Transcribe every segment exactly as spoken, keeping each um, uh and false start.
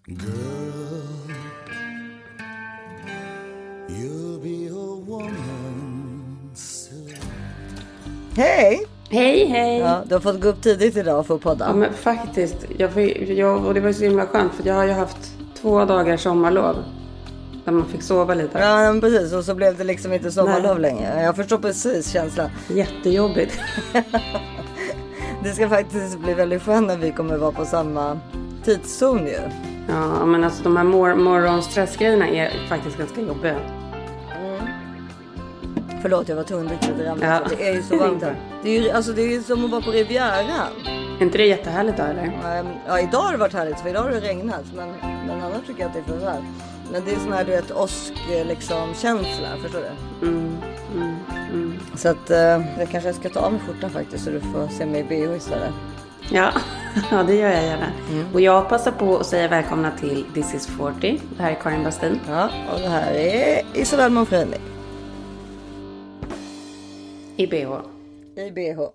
Girl, you'll be a woman soon. Hej! Hej, hej! Ja, du har fått gå upp tidigt idag för att podda. Ja, men faktiskt. Jag, jag, och det var så himla skönt för jag har ju haft två dagar sommarlov. Där man fick sova lite. Ja, men precis. Och så blev det liksom inte sommarlov längre. Jag förstår precis känslan. Jättejobbigt. Det ska faktiskt bli väldigt skönt när vi kommer vara på samma tidszon ju. Ja, men alltså de här mor- morgonstressgrejerna är faktiskt ganska jobbiga. Mm. Förlåt, jag var tvungen att dricka lite ramla. Ja. Det är ju så varmt här. Det är ju, alltså, det är ju som att vara på Rivieran. Är inte det jättehärligt då, eller? Ja, idag har det varit härligt för idag har det regnat. Men, men annars tycker jag att det är för här. Men det är sån här, du vet, åsk liksom känsla, förstår du? Mm, mm, mm. Så att eh, jag kanske ska ta av mig skjortan faktiskt så du får se mig i B H istället. Ja, ja, det gör jag gärna. Mm. Och jag passar på att säga välkomna till This is fyrtio. Det här är Karin Bastin. Ja, och det här är Isabel Monfrini. I B H. I B H.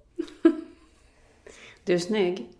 Du är snygg.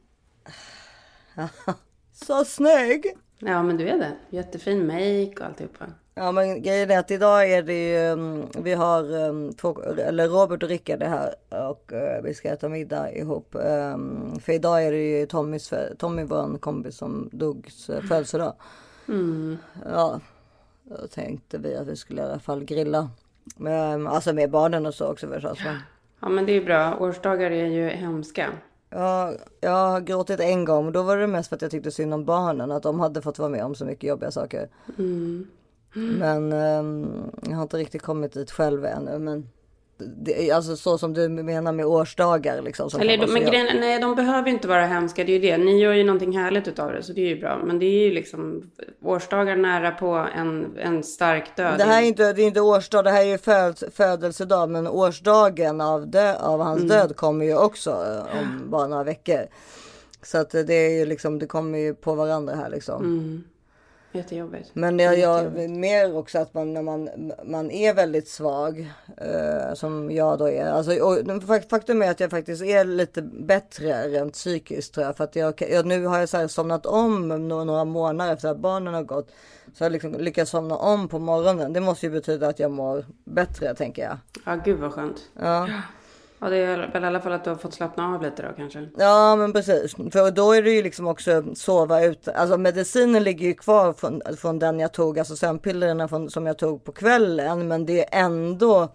Så snygg! Ja, men du är det. Jättefin make och alltihopa. Ja, men grejen är att idag är det ju, um, vi har um, två, eller Robert och Rickard är här och uh, vi ska äta middag ihop. Um, för idag är det ju Tommys, Tommy var en kompis som dogs uh, födelsedag. Mm. Ja, då tänkte vi att vi skulle i alla fall grilla. Men, alltså med barnen och så också förstås. Men... Ja, men det är bra. Årsdagar är ju hemska. Ja, jag har gråtit en gång. Då var det mest för att jag tyckte synd om barnen. Att de hade fått vara med om så mycket jobbiga saker. Mm. Mm. Men um, jag har inte riktigt kommit dit själv ännu. Men det, alltså så som du menar med årsdagar. Liksom, som Eller, kan men vara så grejen, nej, de behöver ju inte vara hemska. Det är ju det. Ni gör ju någonting härligt utav det. Så det är ju bra. Men det är ju liksom årsdagar nära på en, en stark död. Det här är inte, det är inte årsdag. Det här är ju föd, födelsedag. Men årsdagen av, dö, av hans mm. död kommer ju också om bara några veckor. Så att det är ju liksom, det kommer ju på varandra här liksom. Mm. Jättejobbigt. Men jag, jag mer också att man när man, man är väldigt svag eh, som jag då är. Alltså, och faktum är att jag faktiskt är lite bättre rent psykiskt tror jag. För att jag, jag, nu har jag så här somnat om några, några månader efter att barnen har gått. Så jag liksom lyckats somna om på morgonen. Det måste ju betyda att jag mår bättre tänker jag. Ja, gud vad skönt. Ja. Ja, det är väl i alla fall att du har fått slappna av lite då kanske. Ja, men precis. För då är det ju liksom också sova ut. Alltså medicinen ligger ju kvar från, från den jag tog. Alltså sömnpillerna från, som jag tog på kvällen. Men det är ändå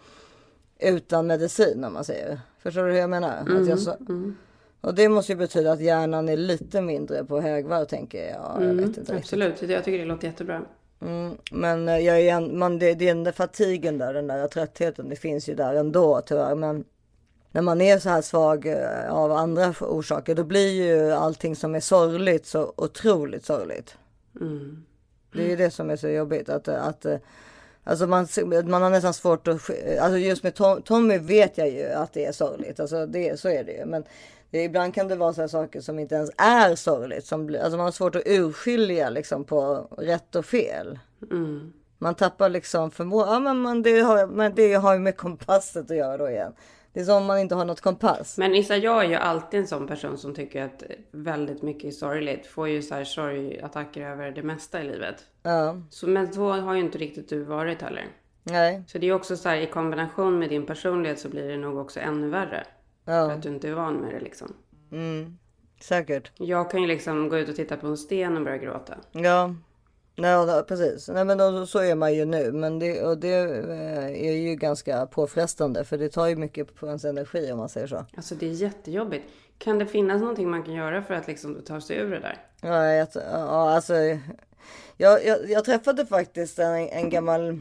utan medicin om man säger. Förstår du hur jag menar? Mm, att jag så, mm. Och det måste ju betyda att hjärnan är lite mindre på högvarv tänker jag. Mm, jag vet inte absolut, riktigt. jag tycker det låter jättebra. Mm, men jag är en, man, det, det är den där fatigen där, den där tröttheten. Det finns ju där ändå tyvärr. Men när man är så här svag av andra orsaker, då blir ju allting som är sorgligt så otroligt sorgligt. Mm. Det är ju det som är så jobbigt. Att, att, alltså man, man har nästan svårt att... Alltså just med Tom, Tommy vet jag ju att det är sorgligt. Alltså det, så är det ju. Men det, ibland kan det vara så här saker som inte ens är sorgligt. Som blir, alltså man har svårt att urskilja liksom på rätt och fel. Mm. Man tappar liksom förmågan. Ja, men, man, det har, men det har ju med kompasset att göra då igen. Det är som om man inte har något kompass. Men Issa, jag är ju alltid en sån person som tycker att väldigt mycket är sorgligt. Får ju så här sorgattacker över det mesta i livet. Ja. Så, men så har ju inte riktigt du varit heller. Nej. Så det är också så här, i kombination med din personlighet så blir det nog också ännu värre. Ja. För att du inte är van med det liksom. Mm. Säkert. Jag kan ju liksom gå ut och titta på en sten och börja gråta. Ja. Nej, precis. Nej, men då, så är man ju nu. Men det, och det är ju ganska påfrestande. För det tar ju mycket på ens energi om man säger så. Alltså det är jättejobbigt. Kan det finnas någonting man kan göra för att liksom ta sig ur det där? Ja, jag, ja alltså. Jag, jag, jag träffade faktiskt en, en gammal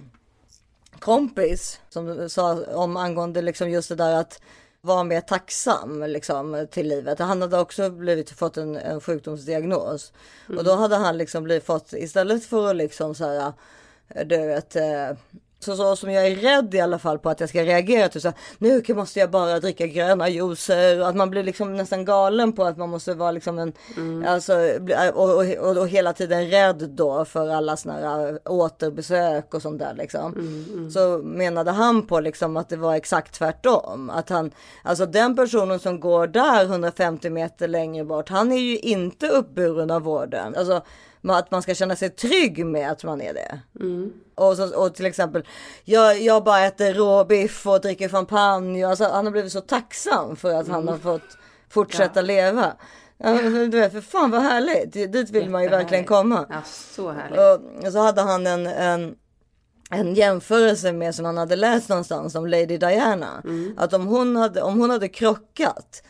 kompis som sa om angående liksom just det där att vara mer tacksam liksom, till livet. Han hade också blivit, fått en, en sjukdomsdiagnos. Mm. Och då hade han liksom blivit fått, istället för att liksom så här, du vet, så, så som jag är rädd i alla fall på att jag ska reagera till så här, nu måste jag bara dricka gröna juicer. Att man blir liksom nästan galen på att man måste vara liksom en, mm. alltså, och, och, och, och hela tiden rädd då för alla såna här återbesök och sånt där liksom. Mm, mm. Så menade han på liksom att det var exakt tvärtom. Att han, alltså den personen som går där hundrafemtio meter längre bort, han är ju inte uppburen av vården. Alltså att man ska känna sig trygg med att man är det. Mm. Och, så, och till exempel, jag, jag bara äter råbiff och dricker champagne. Alltså, han har blivit så tacksam för att mm. han har fått fortsätta ja. leva. Ja, du vet, för fan vad härligt. Dit vill man ju verkligen komma. Ja, så härligt. Och så hade han en, en, en jämförelse med som han hade läst någonstans om Lady Diana. Mm. Att om hon hade, om hon hade krockat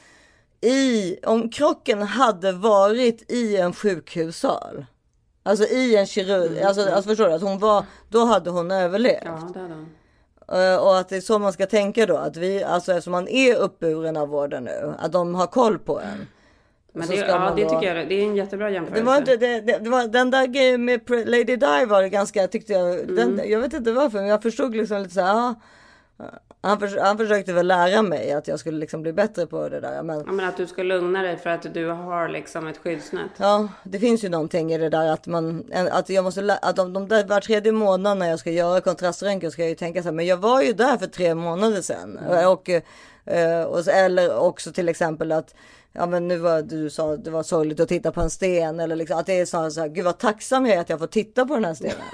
i, om krocken hade varit i en sjukhussal. Alltså i en kirurg, mm. alltså, alltså förstår du, att hon var, då hade hon överlevt. Ja, det hade hon. Och att det är så man ska tänka då, att vi, alltså eftersom man är uppburen av vården nu, att de har koll på en. Men det, ja, det då, tycker jag, det är en jättebra jämförelse. Det var inte, det, det, det var, den där grejen med Lady Di var ganska, tyckte jag, mm. den, jag vet inte varför, men jag förstod liksom lite så här, ja, han, för, han försökte väl lära mig att jag skulle liksom bli bättre på det där. Men, ja, men att du ska lugna dig för att du har liksom ett skyddsnät. Ja, det finns ju någonting i det där att man, att jag måste, att de, de där var tredje månaden när jag ska göra kontraströntgen ska jag ju tänka så här, men jag var ju där för tre månader sedan. Mm. Och, och, eller också till exempel att, ja men nu var du sa det var sorgligt att titta på en sten, eller liksom att det är så här, gud vad tacksam jag är att jag får titta på den här stenen.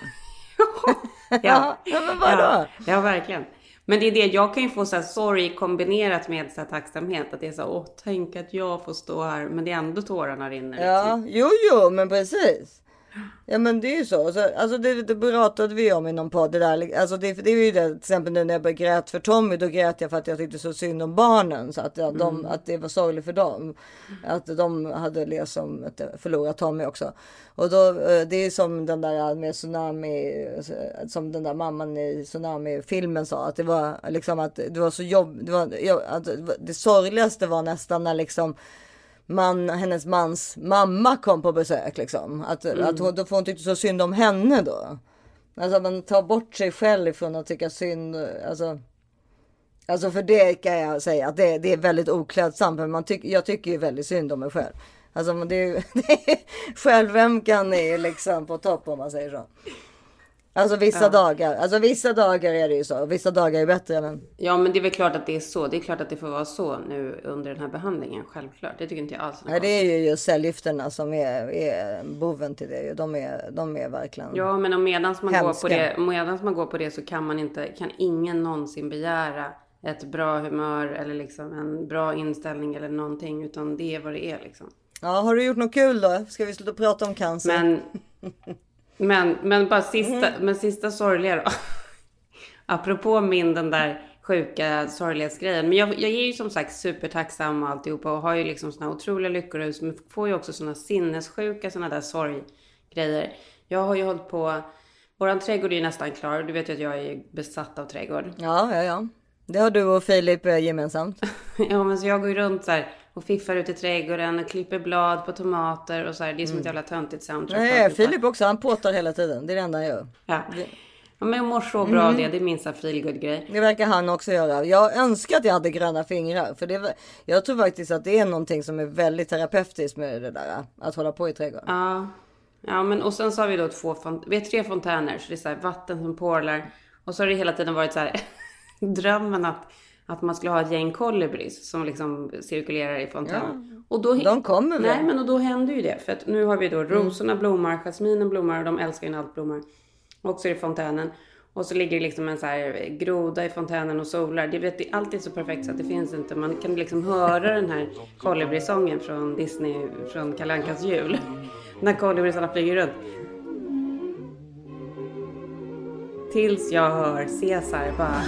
ja. ja, men vadå? Ja, ja, verkligen. Men det är det, jag kan ju få så här sorg kombinerat med så här tacksamhet. Att det är så, åh, tänk att jag får stå här. Men det är ändå tårarna rinner. Ja, liksom. jo, jo, men precis. Ja, men det är ju så. så alltså det, det pratade vi om i någon podd. Det, där. Alltså det, det är ju det, till exempel nu när jag grät för Tommy, då grät jag för att jag tyckte så synd om barnen. Så att, ja, de, mm. att det var sorgligt för dem. Att de hade levt som att förlorat Tommy också. Och då, det är som den där med tsunami, som den där mamman i tsunami-filmen sa. Att det var liksom att det var så jobb, det, var, att det sorgligaste var nästan när liksom man, hennes mans mamma kom på besök liksom. Att, mm. att hon, då får hon tycka så synd om henne då. Alltså man tar bort sig själv från att tycka synd. Alltså, alltså för det kan jag säga att det, det är väldigt oklädsamt. Men man tyck, jag tycker ju väldigt synd om mig själv. Alltså det är, det är självömkan är liksom på topp om man säger så. Alltså vissa ja. dagar, alltså vissa dagar är det ju så, vissa dagar är bättre men... Ja, men det är väl klart att det är så, det är klart att det får vara så nu under den här behandlingen, självklart, det tycker inte jag alls. Nej, det är ju just cellgifterna som är, är boven till det, de är, de är verkligen... Ja, men om medans man, går på det, medans man går på det så kan man inte, kan ingen någonsin begära ett bra humör eller liksom en bra inställning eller någonting, utan det är vad det är liksom. Ja, har du gjort något kul då? Ska vi sluta prata om cancer? Men... Men, men bara sista, mm. men sista sorgliga då. Apropå min den där sjuka sorglighetsgrejen. Men jag, jag är ju som sagt supertacksam och alltihopa. Och har ju liksom såna otroliga lyckorus. Men får ju också såna sinnessjuka såna där sorggrejer. Jag har ju hållit på. Våran trädgård är ju nästan klar. Du vet ju att jag är besatt av trädgård. Ja, ja, ja. Det har du och Filip gemensamt. Ja, men så jag går ju runt så här och fiffar ut i trädgården och klipper blad på tomater och så här. Det är som mm. ett jävla töntigt soundtrack. Nej, Filip också, han påtar hela tiden. Det är det enda han gör. Ja, ja men jag mår så bra mm. det. Det är min så feelgood grej. Det verkar han också göra. Jag önskar att jag hade gröna fingrar. För det, jag tror faktiskt att det är någonting som är väldigt terapeutiskt med det där. Att hålla på i trädgården. Ja, ja men och sen så har vi då två, vi har tre fontäner. Så det är så här vatten som porlar. Och så har det hela tiden varit så här drömmen att Att man skulle ha ett gäng kolibris som liksom cirkulerar i fontänen. Ja, och då, de kommer väl? Nej, men och då händer ju det. För att nu har vi då rosorna blommar, jasminen blommar och de älskar ju när allt blommar. Och så är det fontänen. Och så ligger det liksom en så här groda i fontänen och solar. Det vet, det är alltid så perfekt så att det finns inte. Man kan liksom höra den här kolibrisången från Disney, från Kalle Ankas jul. När kolibrisarna flyger runt. Tills jag hör Cesar bara...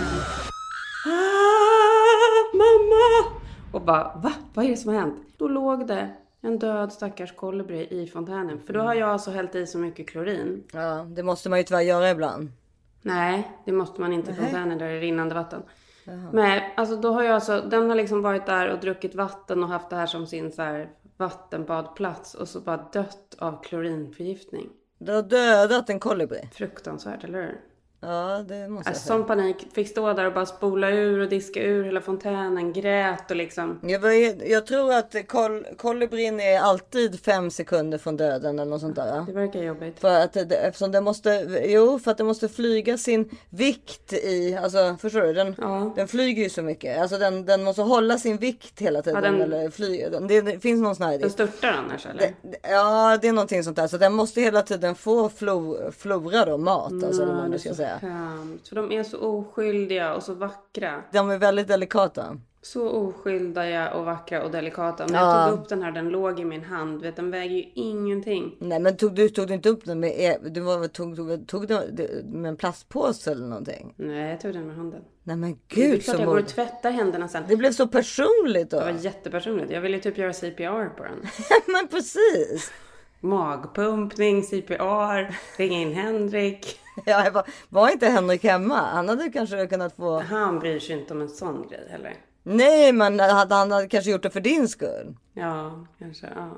Ah, mamma! Och bara, va? Vad är det som har hänt? Då låg det en död stackars kolibri i fontänen. För då har jag alltså hällt i så mycket klorin. Ja, det måste man ju tyvärr göra ibland. Nej, det måste man inte i fontänen där det är rinnande vatten. Jaha. Men alltså då har jag alltså, den har liksom varit där och druckit vatten och haft det här som sin så här vattenbadplats. Och så bara dött av klorinförgiftning. Du har dödat en kolibri. Fruktansvärt, eller hur? Ja, det måste jag Alltså, säga. sån panik. Fick stå där och bara spola ur och diska ur hela fontänen. Grät och liksom. Jag, var- jag tror att kol, kolibrin är alltid fem sekunder från döden eller något sånt där. Det verkar jobbigt. För att det, eftersom det måste, jo, för att det måste flyga sin vikt i, alltså förstår du? Den, Ja. den flyger ju så mycket. Alltså den, den måste hålla sin vikt hela tiden. Ja, den- eller flyga. Det, det finns någon sån här. Den störtar annars eller? Ja, det är någonting sånt där. Så den måste hela tiden få flo, flora då, mat. Alltså, Ja, om man det nu är ska så säga. hemskt. För de är så oskyldiga och så vackra. De är väldigt delikata. Så oskyldiga och vackra och delikata. Men Ja. jag tog upp den här, den låg i min hand. Vet, den väger ju ingenting. Nej, men tog du, tog du inte upp den med, e- du var, tog, tog, tog du med en plastpåse eller någonting? Nej, jag tog den med handen. Nej men Det är gud, klart så jag går och mod. tvättar händerna sen. Det blev så personligt då. Det var jättepersonligt. Jag ville typ göra C P R på den. Men precis. Magpumpning, C P R, ringa in Henrik. Ja, jag bara, var inte Henrik hemma? Han hade kanske kunnat få... Han bryr sig inte om en sån grej heller. Nej, men hade han hade kanske gjort det för din skull. Ja, kanske. Ja.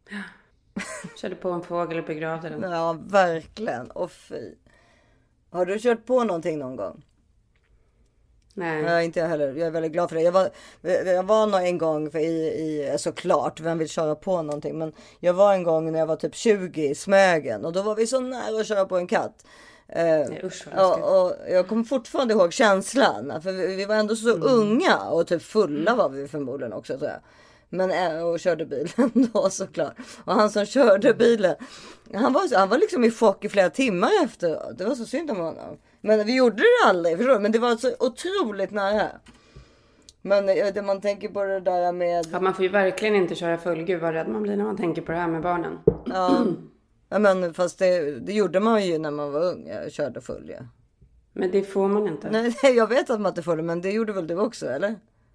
Körde på en fågel och begravde den. Ja, verkligen. Och fy. Har du kört på någonting någon gång? Nej. Ja, inte jag heller. Jag är väldigt glad för det. Jag var, jag var nog en gång för i, i, såklart, vem vill köra på någonting? Men jag var en gång när jag var typ tjugo i Smögen. Och då var vi så nära att köra på en katt. Eh, Nej, usch, vad läskigt. och, och jag kommer fortfarande ihåg känslan. För vi, vi var ändå så Mm. unga. Och typ fulla var vi förmodligen också, tror jag. Men eh, och körde bilen då såklart. Och han som körde bilen, han var, han var liksom i chock i flera timmar efter. Det var så synd om honom. Men vi gjorde det aldrig, förstår du? Men det var så otroligt nära. Men eh, det man tänker på det där med... Ja, man får ju verkligen inte köra full. Gud vad rädd man blir när man tänker på det här med barnen. Ja, ja men fast det, det gjorde man ju när man var ung. Jag körde full, ja. Men det får man inte. Nej, jag vet att man inte får det, men det gjorde väl du också, eller?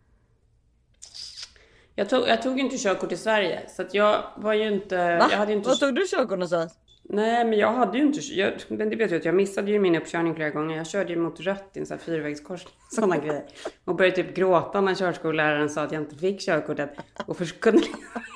Jag tog, jag tog inte körkort i Sverige. Så att jag var ju inte... Va? Jag hade ju inte... Var tog du körkort någonstans? Nej, men jag hade ju inte... Jag, men det vet du att jag missade ju min uppkörning flera gånger. Jag körde ju mot rött i en sån här fyrvägskorsning. Sådana grejer. Och började typ gråta när körskolläraren sa att jag inte fick körkortet. Och för, kunde inte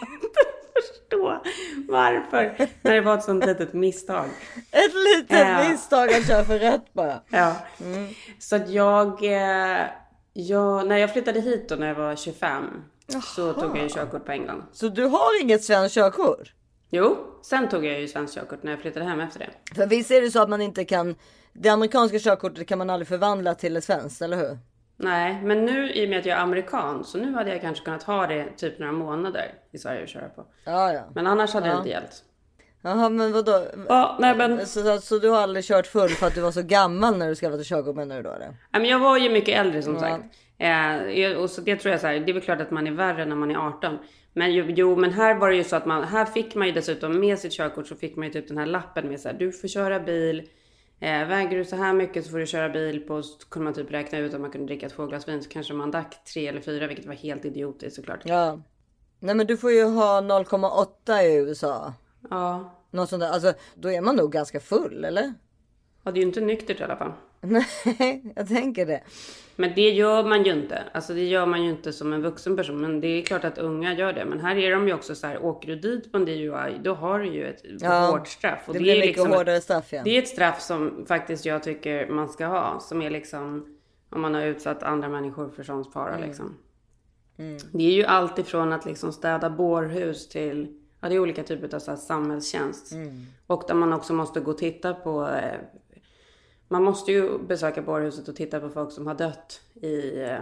förstå varför. När det var ett sånt litet misstag. Ett litet Ja. misstag att köra för rätt bara. Ja. Så att jag... eh, jag... När jag flyttade hit då när jag var tjugofem. Så tog jag ju körkort på en gång. Så du har inget svenskt körkort? Jo, sen tog jag ju svenskt körkort när jag flyttade hem efter det. För visst är det så att man inte kan... Det amerikanska körkortet kan man aldrig förvandla till ett svenskt, eller hur? Nej, men nu i och med att jag är amerikan så nu hade jag kanske kunnat ha det typ några månader i Sverige att köra på. Ja, ja. Men annars hade Ja. det inte gällt. Jaha, men vadå? Ja, nej men, Så, så, så du har aldrig kört full för att du var så gammal när du skaffade körkort, menar du då? Eller? nej, men jag var ju mycket äldre som Ja. sagt. Eh, jag- och så det tror jag så här, det är väl klart att man är värre när man är arton. Men jo, jo, men här var det ju så att man, här fick man ju dessutom med sitt körkort så fick man ju typ den här lappen med så här, du får köra bil. Eh, väger du så här mycket så får du köra bil på, så kunde man typ räkna ut att man kunde dricka två glas vin så kanske man drack tre eller fyra, vilket var helt idiotiskt såklart. Ja. Nej, men du får ju ha noll komma åtta i U S A. Ja, Något sånt där. Alltså, då är man nog ganska full, eller? och det är ju inte nyktert i alla fall. Nej, jag tänker det. Men det gör man ju inte. Alltså det gör man ju inte som en vuxen person. Men det är klart att unga gör det. Men här är de ju också så här, åker du dit på en D U I, då har du ju ett Ja, hårt straff. Och Det, det, blir är mycket liksom hårdare straff, ja. ett, det är ett straff som faktiskt jag tycker man ska ha. Som är liksom, om man har utsatt andra människor för sån fara liksom. Mm. Det är ju allt ifrån att liksom städa bårhus till, ja det är olika typer av så här samhällstjänst. Mm. Och där man också måste gå och titta på, eh, man måste ju besöka bårhuset och titta på folk som har dött i eh,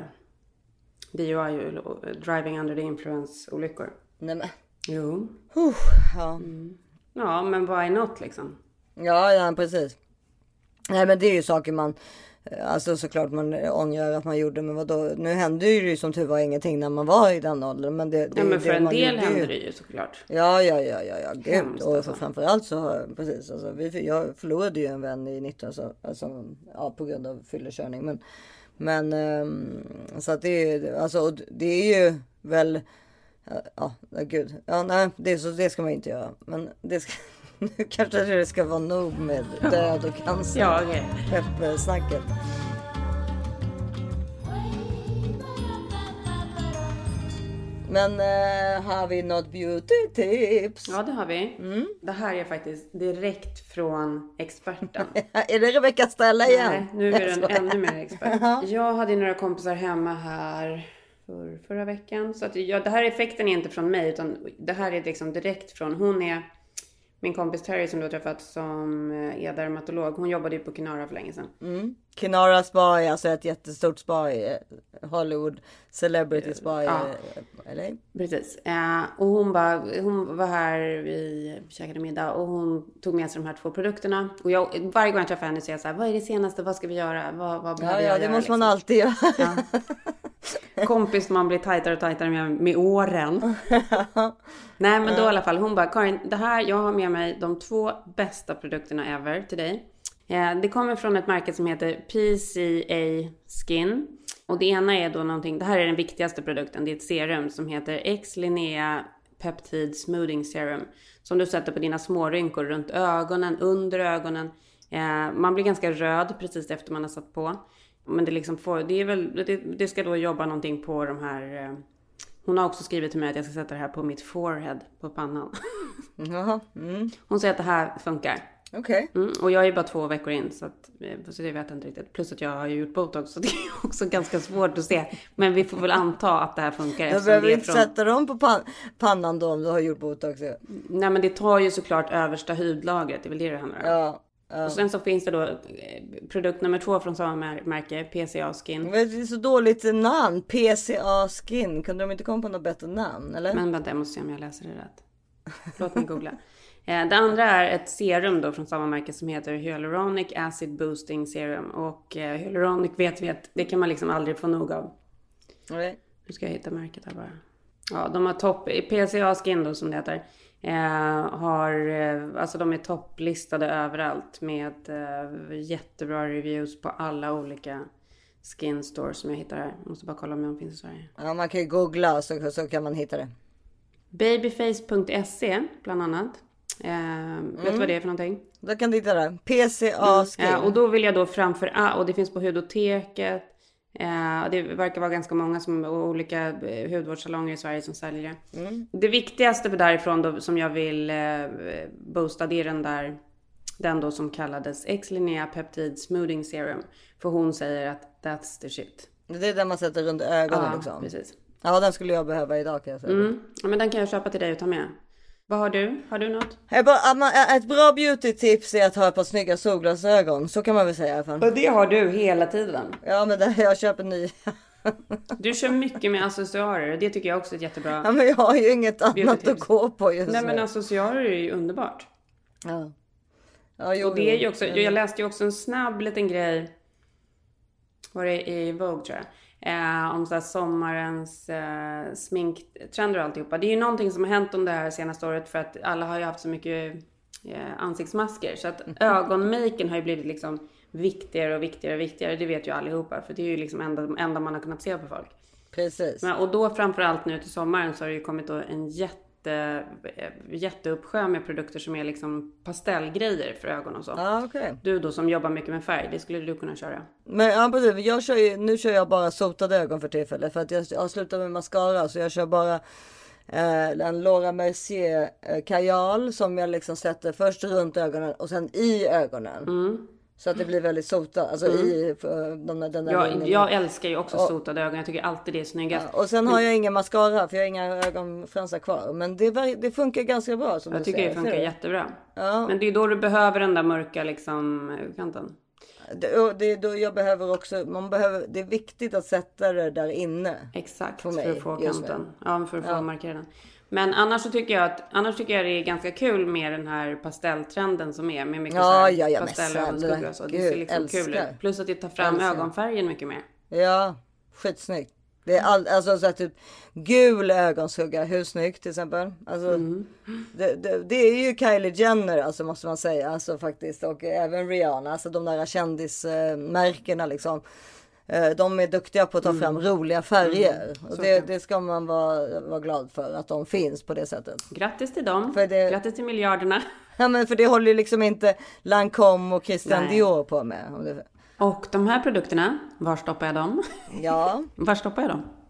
D U I, driving under the influence olyckor. Nej, men... Jo. Uh, ja. Ja, men why not liksom? Ja, ja, precis. Nej, men det är ju saker man... Alltså såklart man ångrar att man gjorde, men vadå? Nu hände ju det som tur var ingenting när man var i den åldern. Men det, det, Ja, men för det en man del gjorde händer ju... det ju såklart. Ja, ja, ja, ja, ja, gud. Hemskt, Och alltså. för, framförallt så har precis, alltså, vi, jag förlorade ju en vän i nitton så, alltså, ja, på grund av fyllekörning. Men, men um, så att det är, alltså, och det är ju väl, ja, gud, ja, nej, det, så, det ska man inte göra. Men det ska, nu kanske det ska vara nog med död och cancer. Ja, okej. Peppsnacket. Men uh, har vi något beauty tips? Ja, det har vi. Mm. Det här är faktiskt direkt från experten. Är det Rebecca Stella igen? Nej, nu är den ännu mer expert. Jag hade några kompisar hemma här för, förra veckan. Så att, ja, det här effekten är inte från mig, utan det här är liksom direkt från, hon är min kompis Terry som du har träffat som är dermatolog. Hon jobbade ju på Kinara för länge sedan. Mm. Kinara Spa är alltså ett jättestort spa i Hollywood. Celebrity Spa i ja. L A. Precis. Eh, och hon, bara, hon var här, vi käkade middag och hon tog med sig de här två produkterna. Och jag, varje gång jag träffar henne så är jag så här, vad är det senaste, vad ska vi göra? Vad, vad behöver ja, jag ja, det göra? måste Liksom. man alltid göra. Ja. Kompis, man blir tajtare och tajtare med, med åren. Nej, men då i alla fall, hon bara, Karin, det här, jag har med mig de två bästa produkterna ever till dig. Eh, det kommer från ett märke som heter P C A Skin. Och det ena är då någonting, det här är den viktigaste produkten, det är ett serum som heter X-Linea Peptide Smoothing Serum. Som du sätter på dina små rynkor runt ögonen, under ögonen. Eh, man blir ganska röd precis efter man har satt på. Men det liksom får, det är väl, det, det ska då jobba någonting på de här, eh, hon har också skrivit till mig att jag ska sätta det här på mitt forehead, på pannan. Jaha. Mm. Hon säger att det här funkar. Okej. Okay. Mm, och jag är bara två veckor in så, att, så det vet jag inte riktigt. Plus att jag har ju gjort botox så det är också ganska svårt att se. Men vi får väl anta att det här funkar. Du behöver inte från... sätta dem på pan- pannan då om du har gjort botox. Nej, men det tar ju såklart översta hudlagret. Det är väl det det handlar om. Ja. Ja. Och sen så finns det då produkt nummer två från samma märke, P C A Skin. Det är så dåligt namn, P C A Skin. Kunde de inte komma på något bättre namn, eller? Men vänta, jag måste se om jag läser det rätt. Låt mig googla. Det andra är ett serum då från samma märke som heter Hyaluronic Acid Boosting Serum. Och Hyaluronic vet vi att det kan man liksom aldrig få nog av. Nej. Nu ska jag hitta märket här bara. Ja, de har topp, P C A Skin då som det heter. Eh, har, eh, alltså de är topplistade överallt med eh, jättebra reviews på alla olika skin stores som jag hittar här. Jag måste bara kolla om de finns i Sverige. Ja, man kan ju googla så, så kan man hitta det. Babyface punkt se bland annat. Eh, mm. Vet du vad det är för någonting? Då kan du hitta det. P C A Skin. Mm. Eh, och då vill jag då framför allt, och det finns på Hudoteket. Eh, det verkar vara ganska många som, olika hudvårdssalonger i Sverige som säljer det. Mm. Det viktigaste för därifrån då, som jag vill eh, boosta, det är den där, den då som kallades X-Linea Peptide Smoothing Serum. För hon säger att that's the shit. Det är den man sätter runt ögonen ja, liksom. Precis. Ja, den skulle jag behöva idag kan jag säga. Mm. Ja, men den kan jag köpa till dig och ta med. Vad har du? Har du något? Ett bra beauty-tips är att ha ett par snygga solglasögon. Så kan man väl säga i alla fall. Och det har du hela tiden. Ja, men det, jag köper nya. Du kör mycket med accessoarer. Det tycker jag också är jättebra. Ja, men jag har ju inget annat att gå på just nu. Nej, men accessoarer är ju underbart. Ja. Ja, jo, och det är ju också, jag läste ju också en snabb liten grej. Var det i Vogue tror jag. Eh, om så här sommarens eh, sminktrender och alltihopa. Det är ju någonting som har hänt om det här senaste året. För att alla har ju haft så mycket eh, ansiktsmasker. Så att ögonmaken har ju blivit liksom viktigare och viktigare och viktigare. Det vet ju allihopa. För det är ju liksom enda, enda man har kunnat se på folk. Precis. Men, och då framförallt nu till sommaren så har det ju kommit då en jätte jätteuppsjö med produkter som är liksom pastellgrejer för ögon och så. Ja, okay. Du då som jobbar mycket med färg, det skulle du kunna köra. Men ja, precis. Jag kör ju, nu kör jag bara sotade ögon för tillfället. För att jag har slutat med mascara. Så jag kör bara eh, en Laura Mercier eh, kajal som jag liksom sätter först runt ögonen och sen i ögonen. Mm. Så att det blir väldigt sotat. Alltså mm. i den, den där jag, jag älskar ju också och, sotade ögon. Jag tycker alltid det är snyggast. Ja, och sen har jag ingen mascara för jag har inga ögonfransar kvar. Men det, det funkar ganska bra som jag du tycker säger. Det funkar jättebra. Ja. Men det är då du behöver den där mörka liksom kanten. Det, det, då jag behöver också, man behöver, det är viktigt att sätta det där inne. Exakt, för, mig, för att få kanten. Ja, för att få ja. markera den. Men annars så tycker jag att annars tycker jag det är ganska kul med den här pastelltrenden som är med mycket ja, så här ja, ja, pastellögonskugga och så. Det ser liksom kul ut. Plus att det tar fram älskar. ögonfärgen mycket mer. Ja, skitsnyggt. Det är all, alltså så här, typ gul ögonskugga, hur snyggt till exempel. Alltså, mm. det, det, det är ju Kylie Jenner alltså måste man säga alltså faktiskt och även Rihanna, alltså de där kändismärkena liksom. De är duktiga på att ta fram mm. roliga färger. Mm. Och det, det ska man vara, vara glad för att de finns på det sättet. Grattis till dem. För det, Grattis till miljarderna. Ja, men för det håller ju liksom inte Lancome och Christian Nej. Dior på med. Och de här produkterna, var stoppar jag dem? Ja. Var stoppar jag dem?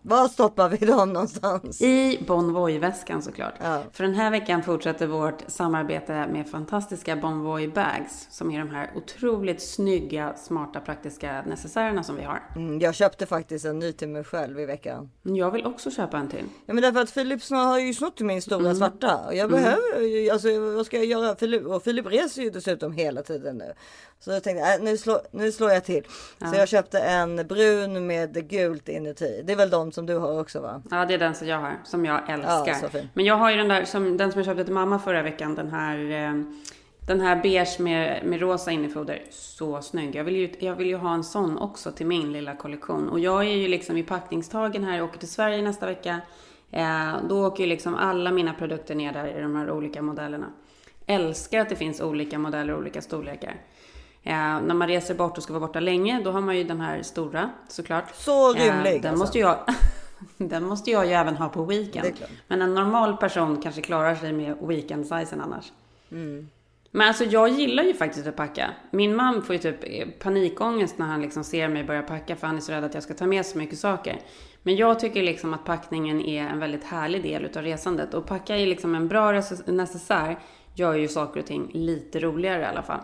Var stoppar vi dem någonstans? I Bonvoy-väskan såklart. Ja. För den här veckan fortsätter vårt samarbete med fantastiska Bonvoy bags. Som är de här otroligt snygga, smarta, praktiska necessärerna som vi har. Mm, jag köpte faktiskt en ny till mig själv i veckan. Jag vill också köpa en till. Ja, men därför att Filip har ju snott min stora mm. svarta. Och jag Mm. behöver, alltså vad ska jag göra? Filip, och Filip reser ju dessutom hela tiden nu. Så jag tänkte, äh, nu, slår, nu slår jag till. Ja. Så jag köpte en brun med gult inuti. Det är väl de som du har också, va? Ja, det är den som jag har, som jag älskar. Ja, så fin. Men jag har ju den där, som, den som jag köpte till mamma förra veckan. Den här, eh, den här beige med, med rosa innefoder. Så snygg. Jag vill, ju, jag vill ju ha en sån också till min lilla kollektion. Och jag är ju liksom i packningstagen här. Jag åker till Sverige nästa vecka. Eh, då åker ju liksom alla mina produkter ner där i de här olika modellerna. Älskar att det finns olika modeller och olika storlekar. Eh, när man reser bort och ska vara borta länge, då har man ju den här stora, såklart. Så rymlig. Eh, den, alltså. måste jag, den måste jag ju även ha på weekend. Men en normal person kanske klarar sig med weekend-sizen annars. Mm. Men alltså jag gillar ju faktiskt att packa. Min man får ju typ panikångest när han liksom ser mig börja packa. För han är så rädd att jag ska ta med så mycket saker. Men jag tycker liksom att packningen är en väldigt härlig del utav resandet. Och packa är liksom en bra necessär. Gör ju saker och ting lite roligare i alla fall.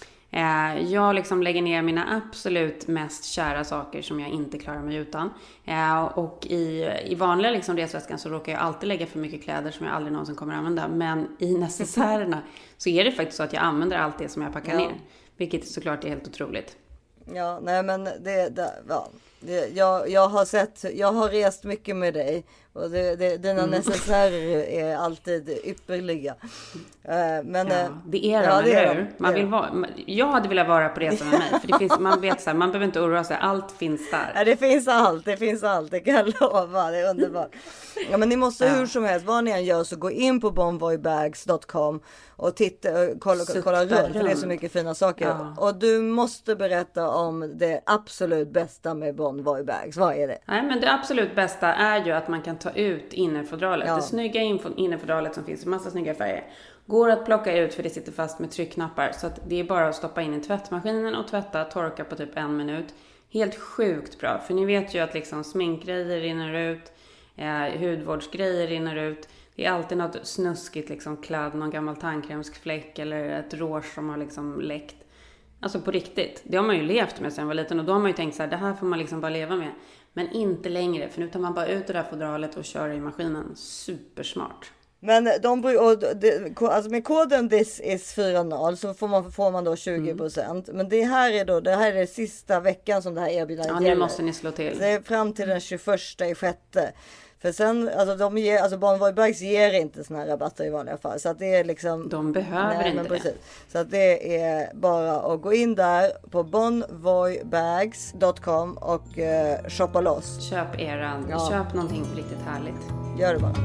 Jag liksom lägger ner mina absolut mest kära saker som jag inte klarar mig utan. Och i, i vanliga liksom resväskan så råkar jag alltid lägga för mycket kläder som jag aldrig någonsin kommer använda. Men i necessärerna så är det faktiskt så att jag använder allt det som jag packar ja. ner. Vilket såklart är helt otroligt. Ja, nej men det, det ja. Det, jag, jag har sett, jag har rest mycket med dig och det, det, dina mm. necessärer är alltid ypperliga. Uh, men, ja, det är de, ja, det eller hur? Man vill vara, jag hade velat vara på resan med mig, för det finns, man vet så här, man behöver inte oroa sig, allt finns där. Ja, det finns allt, det finns allt, det kan jag lova, det är underbart. Ja, men ni måste ja. hur som helst, vad ni än gör så gå in på bonvoy bags dot com och titta, kolla, kolla runt, för det är så mycket fina saker. Ja. Och du måste berätta om det absolut bästa med Bonvoy bags, vad är det? Nej, men det absolut bästa är ju att man kan ta ut innerfodralet. Ja. Det snygga innerfodralet som finns i massa snygga färger. Går att plocka ut för det sitter fast med tryckknappar. Så att det är bara att stoppa in i tvättmaskinen och tvätta, torka på typ en minut. Helt sjukt bra. För ni vet ju att liksom sminkgrejer rinner ut. Eh, hudvårdsgrejer rinner ut. Det är alltid något snuskigt liksom kladd, någon gammal tandkrämsfläck eller ett rouge som har liksom läckt. Alltså på riktigt. Det har man ju levt med sedan jag var liten. Och då har man ju tänkt så här, det här får man liksom bara leva med. Men inte längre. För nu tar man bara ut det där fodralet och kör i maskinen. Supersmart. Men de, och det, alltså med koden this is fyrtio så får man, får man då tjugo procent. Mm. Men det här är då, det här är sista veckan som det här erbjudandet gäller. Ja, nu måste ni slå till. Det är fram till den tjugoförsta i sjätte. För sen, alltså de ger, alltså Bonvoy bags ger inte såna här rabatter i vanliga fall. Så att det är liksom... De behöver nej, inte det. Så att det är bara att gå in där på bonvoy bags dot com och uh, shoppa loss. Köp eran, ja. Köp någonting riktigt härligt. Gör det bara.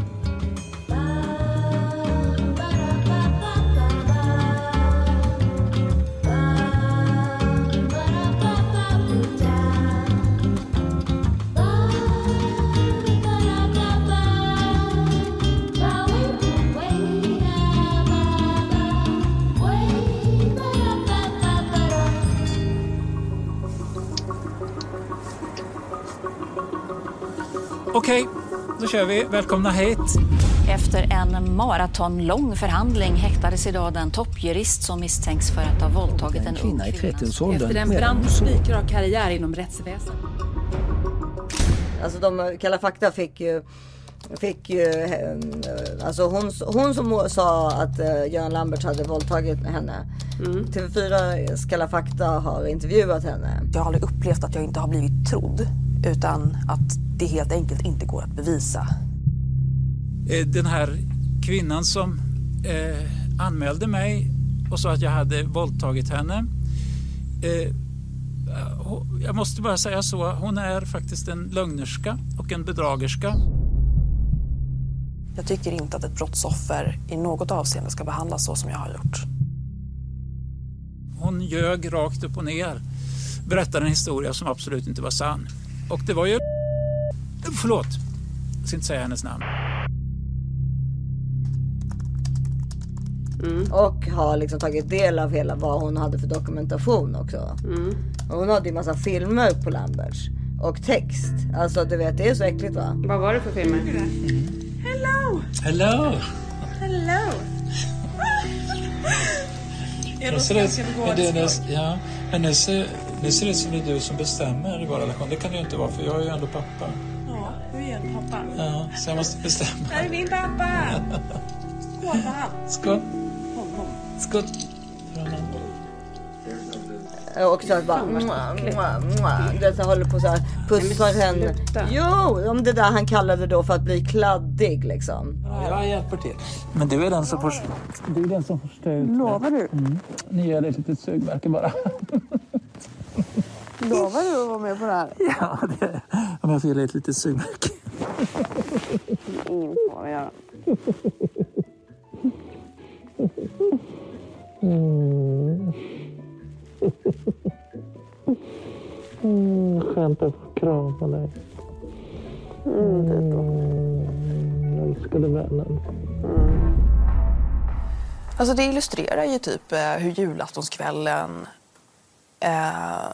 Okej, då kör vi. Välkomna hit. Efter en maratonlång förhandling häktades idag den toppjurist som misstänks för att ha våldtagit en ung kvinna i trettioårsåldern. Efter en brandspikrak karriär inom rättsväsendet. Alltså de Kalla fakta fick ju fick ju alltså hon, hon som sa att uh, Göran Lambert hade våldtagit henne. Mm. T V fyra Kalla fakta har intervjuat henne. Jag har aldrig upplevt att jag inte har blivit trodd, utan att det helt enkelt inte går att bevisa. Den här kvinnan som eh, anmälde mig och sa att jag hade våldtagit henne. Eh, jag måste bara säga så, hon är faktiskt en lögnerska och en bedragerska. Jag tycker inte att ett brottsoffer i något avseende ska behandlas så som jag har gjort. Hon ljög rakt upp och ner. Berättade en historia som absolut inte var sann. Och det var ju... Förlåt, jag ska inte säga hennes namn. Mm. Och har liksom tagit del av hela vad hon hade för dokumentation också. Mm. Och hon hade ju massa filmer på Lamberts. och text. Alltså du vet, det är så äckligt va? Vad var det för filmer? Hello! Hello! Hello! Är det ser ganska begåvat? Ja, men nu ser, nu ser det ut som det är du som bestämmer i vår relation. Det kan det ju inte vara, för jag är ju ändå pappa. Ja, du är en pappa. Ja, så jag måste bestämma. Det här är min pappa! Skål på han. Skål. Honom. Skål. Och så att bara mwah, mwah, mwah. Det så håller på så här pussar henne. Jo, om det där han kallade då för att bli kladdig liksom. Ja, jag hjälper till. Men du är den som får, du är den som får stå ut. Lovar du? Mm. Ni gör ett litet sugmärke bara. Lovar du att vara med på det här? Ja, det är, om jag får ge ett litet sugmärke. Ingen fara att göra. Mm. Mm, skönt att få krama dig. Mm, det är bra. Mm, älskade vännen. Mm. Alltså det illustrerar ju typ eh, hur julaftonskvällen eh,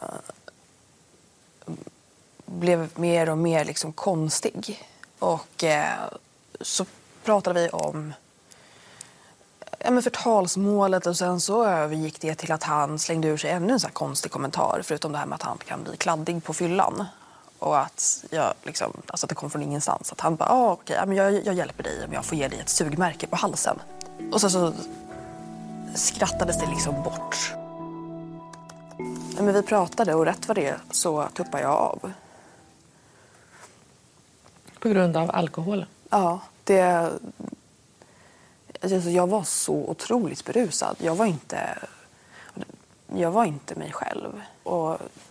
blev mer och mer liksom konstig. Och eh, så pratade vi om ja, men förtalsmålet och sen så övergick det till att han slängde ur sig ännu en så här konstig kommentar. Förutom det här med att han kan bli kladdig på fyllan. Och att, jag, liksom, alltså att det kom från ingenstans. Att han bara, ah, okej, okay, jag, jag hjälper dig om jag får ge dig ett sugmärke på halsen. Och så, så skrattades det liksom bort. Men vi pratade och rätt vad det så tuppade jag av. På grund av alkoholen? Ja, det... Alltså, jag var så otroligt berusad. Jag var inte... Jag var inte mig själv. Och,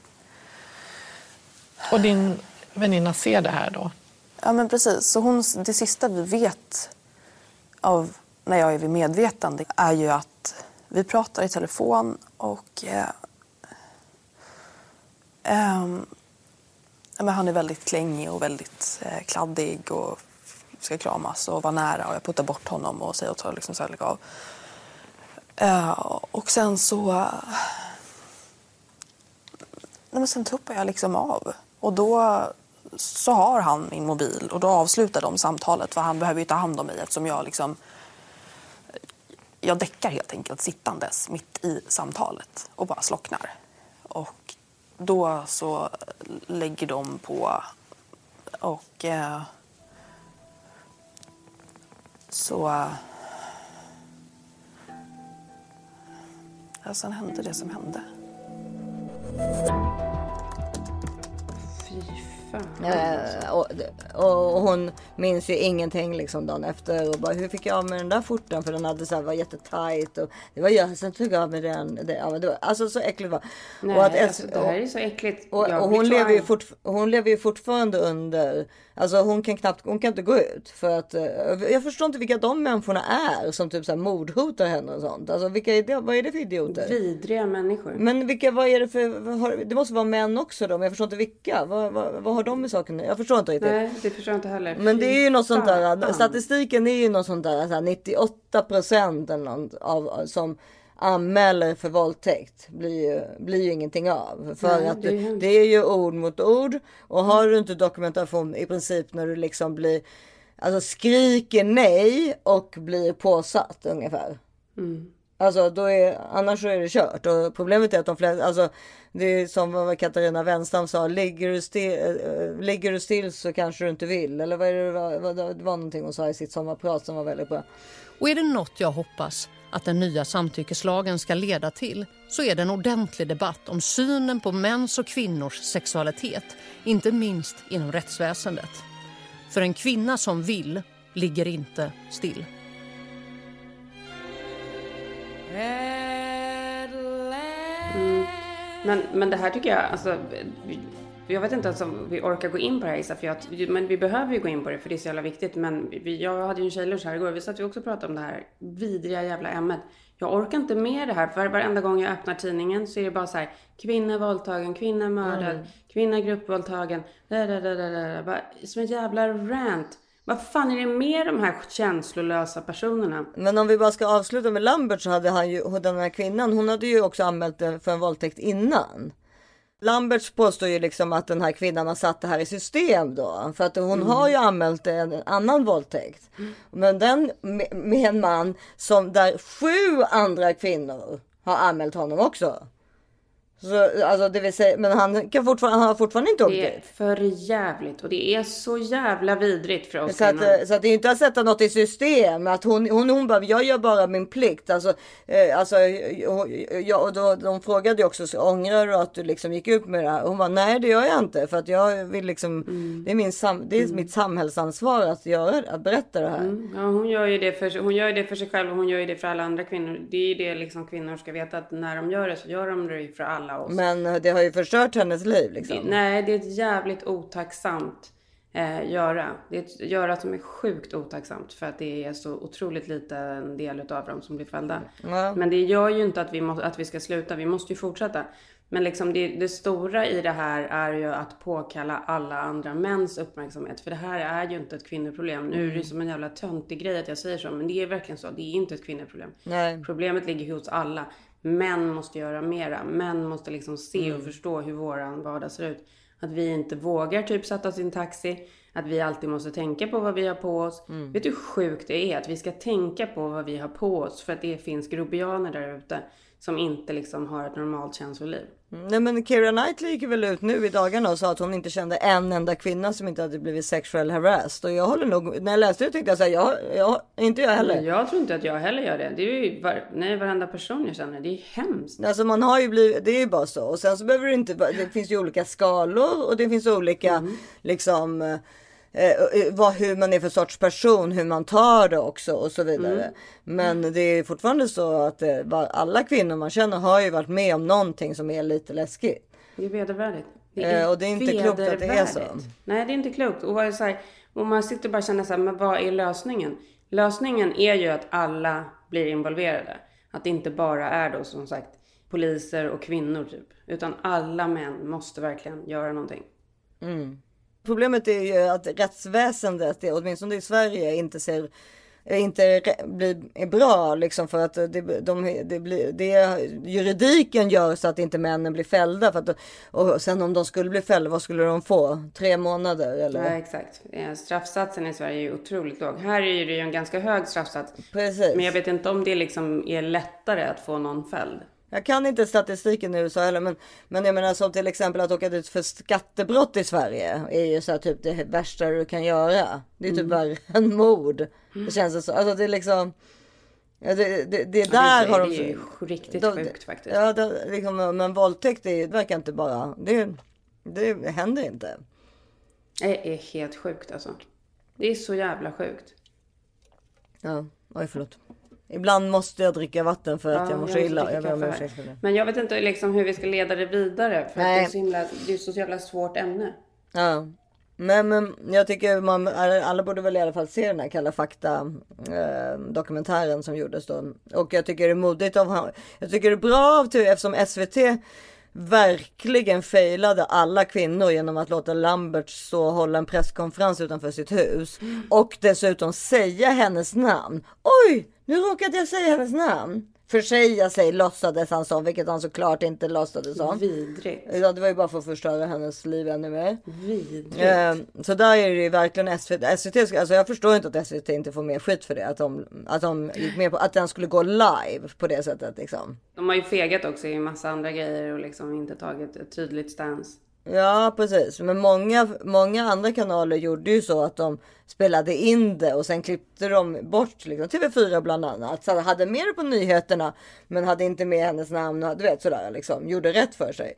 och din väninna ser det här då? Ja, men precis. Så hon, det sista vi vet av när jag är vid medvetande är ju att vi pratar i telefon och... Eh, eh, men han är väldigt klängig och väldigt eh, kladdig och ska kramas och vara nära och jag puttar bort honom och säger åt honom liksom så här, lägg av. Uh, och sen så uh, nej, men sen tuppar jag liksom av och då så har han min mobil och då avslutar de samtalet för han behöver ju ta hand om mig eftersom jag liksom jag däckar helt enkelt sittandes mitt i samtalet och bara slocknar. Och då så lägger de på och uh, så ja, sen hände det som hände. Fy fan. Eh, och, och hon minns ju ingenting liksom dagen efter och bara, hur fick jag av med den där skjortan för den hade så här, var jättetajt och det var jag sen tog jag av med den det, ja, det var alltså så äckligt var. Nej, och att, alltså, det här är så äckligt. och, och hon lever ju fort, hon lever ju fortfarande under, alltså hon kan knappt, hon kan inte gå ut för att jag förstår inte vilka de människorna är som typ så här mordhotar henne och sånt. Alltså vilka är det, vad är det för idioter? Vidriga människor. Men vilka, vad är det för, det måste vara män också då, men jag förstår inte vilka. Vad, vad, vad har de i saken? Jag förstår inte riktigt. Nej, det förstår jag inte heller. Men det är ju något sånt där, Fan. statistiken är ju något sånt där, så här nittioåtta procent eller något av, som anmäler för våldtäkt blir ju, blir ju ingenting av. För Nej, att det är det, hemskt. det är ju ord mot ord. Och har du inte dokumentation i princip när du liksom blir, alltså skriker nej och blir påsatt ungefär. Mm. Alltså då är, annars så är det kört. Och problemet är att de flesta, alltså det är som vad Katarina Wenstam sa, ligger du still, äh, ligger du still så kanske du inte vill. Eller vad är det, vad, vad, det var någonting hon sa i sitt sommarprat som var väldigt bra. Och är det något jag hoppas att den nya samtyckeslagen ska leda till, så är det en ordentlig debatt om synen på mäns och kvinnors sexualitet, inte minst inom rättsväsendet. För en kvinna som vill ligger inte still. Mm. Men, men det här tycker jag, alltså, vi, jag vet inte ens om vi orkar gå in på det här, Isa, för jag, men vi behöver ju gå in på det för det är så jävla viktigt. Men vi, jag hade ju en tjejlunch här igår, vi satt ju också och pratade om det här vidriga jävla ämnet. Jag orkar inte med det här, för varenda gång jag öppnar tidningen så är det bara så här: kvinna våldtagen, kvinna mördad, mm. kvinna gruppvåldtagen, där, där, där, där, bara, som en jävla rant. Vad fan är det med de här känslolösa personerna? Men om vi bara ska avsluta med Lambert, så hade han ju, den här kvinnan, hon hade ju också anmält det för en våldtäkt innan. Lamberts påstår ju liksom att den här kvinnan har satt det här i system då. För att hon mm. har ju anmält en annan våldtäkt. Mm. Men den med, med en man som där sju andra kvinnor har anmält honom också. Så, alltså det vill säga, men han, kan fortfarande, han har fortfarande inte åkt dit. Det är för jävligt och det är så jävla vidrigt för oss. Så att, så att det är inte att sätta något i system. Att hon, hon, hon bara, jag gör bara min plikt. Alltså, eh, alltså jag, och då, de frågade ju också, ångrar du att du liksom gick ut med det här? Hon bara, nej det gör jag inte. För att jag vill liksom, mm. det är, min sam, det är mm. mitt samhällsansvar att, göra, att berätta det här. Mm. Ja, hon gör ju det för, hon gör ju det för sig själv och hon gör ju det för alla andra kvinnor. Det är ju det liksom kvinnor ska veta, att när de gör det så gör de det för alla oss. Men det har ju förstört hennes liv liksom. Det, nej, det är ett jävligt otacksamt eh, göra. Det är ett göra som är sjukt otacksamt för att det är så otroligt liten del av dem som blir fällda. Mm. Men det gör ju inte att vi, må, att vi ska sluta. Vi måste ju fortsätta. Men liksom det, det stora i det här är ju att påkalla alla andra mäns uppmärksamhet. För det här är ju inte ett kvinnoproblem. Nu är det som en jävla töntig grej att jag säger så. Men det är verkligen så. Det är inte ett kvinnoproblem. Nej. Problemet ligger hos alla. Män måste göra mera. Män måste liksom se Mm. och förstå hur våran vardag ser ut. Att vi inte vågar typ sätta oss i en taxi. Att vi alltid måste tänka på vad vi har på oss. Mm. Vet du hur sjukt det är att vi ska tänka på vad vi har på oss. För att det finns grobianer där ute som inte liksom har ett normalt känsloliv. Nej, men Keira Knightley gick väl ut nu i dagarna och sa att hon inte kände en enda kvinna som inte hade blivit sexual harassed. Och jag håller nog, när jag läste det tyckte jag så här, jag, jag, inte jag heller. Men jag tror inte att jag heller gör det. Det är ju var, nej, varenda person jag känner. Det är hemskt. Alltså man har ju blivit, det är ju bara så. Och sen så behöver det inte, det finns ju olika skalor och det finns olika mm. liksom... Eh, vad, hur man är för sorts person, hur man tar det också och så vidare. Mm. Men mm. det är fortfarande så att eh, alla kvinnor man känner har ju varit med om någonting som är lite läskigt. Det är vedervärdigt. Det är eh, och det är inte klokt att det är så. Nej, det är inte klokt. Och, vad är så här, och man sitter och bara känner så här, men vad är lösningen? Lösningen är ju att alla blir involverade. Att det inte bara är då som sagt poliser och kvinnor typ. Utan alla män måste verkligen göra någonting. Mm. Problemet är ju att rättsväsendet, åtminstone i Sverige, inte ser inte blir är bra liksom, för att det, de, det blir, det, juridiken gör så att inte männen blir fällda för att, och sen om de skulle bli fällda, vad skulle de få? Tre månader eller? Ja, exakt. Straffsatsen i Sverige är ju otroligt låg. Här är det ju en ganska hög straffsats. Precis. Men jag vet inte om det liksom är lättare att få någon fälld. Jag kan inte statistiken nu så heller, men, men jag menar som till exempel att åka ut för skattebrott i Sverige är ju så här, typ det värsta du kan göra. Det är typ mm. värre än mord. Mm. Det känns så. Alltså det är liksom, ja, det, det, det ja, där det, har det de. Det är ju riktigt de, sjukt faktiskt. Ja, det, liksom, men våldtäkt det verkar inte bara, det, det händer inte. Det är helt sjukt alltså. Det är så jävla sjukt. Ja, oj förlåt. Ibland måste jag dricka vatten för att ja, jag mår så illa. Jag jag Men jag vet inte liksom hur vi ska leda det vidare. För att det, är så himla, det är så jävla svårt ämne. Ja. Men, men jag tycker man, alla borde väl i alla fall se den här Kalla fakta eh, dokumentären som gjordes då. Och jag tycker det är modigt av, jag tycker det är bra av tur eftersom S V T verkligen failade alla kvinnor genom att låta Lambert så hålla en presskonferens utanför sitt hus. Mm. Och dessutom säga hennes namn. Oj, nu råkade jag säga hennes namn. Försäga sig låtsades han som, vilket han såklart inte låtsades som. Vidrigt. Ja, det var ju bara för att förstöra hennes liv ännu mer. Vidrigt. Eh, så där är det ju verkligen S V T. S V T alltså jag förstår inte att S V T inte får mer skit för det. Att de, att de gick med på att den skulle gå live på det sättet liksom. De har ju fegat också i massa andra grejer och liksom inte tagit ett tydligt stance. Ja, precis. Men många, många andra kanaler gjorde ju så att de spelade in det och sen klippte de bort liksom, T V fyra bland annat. Så hade med det på nyheterna men hade inte med hennes namn och du vet sådär liksom. Gjorde rätt för sig.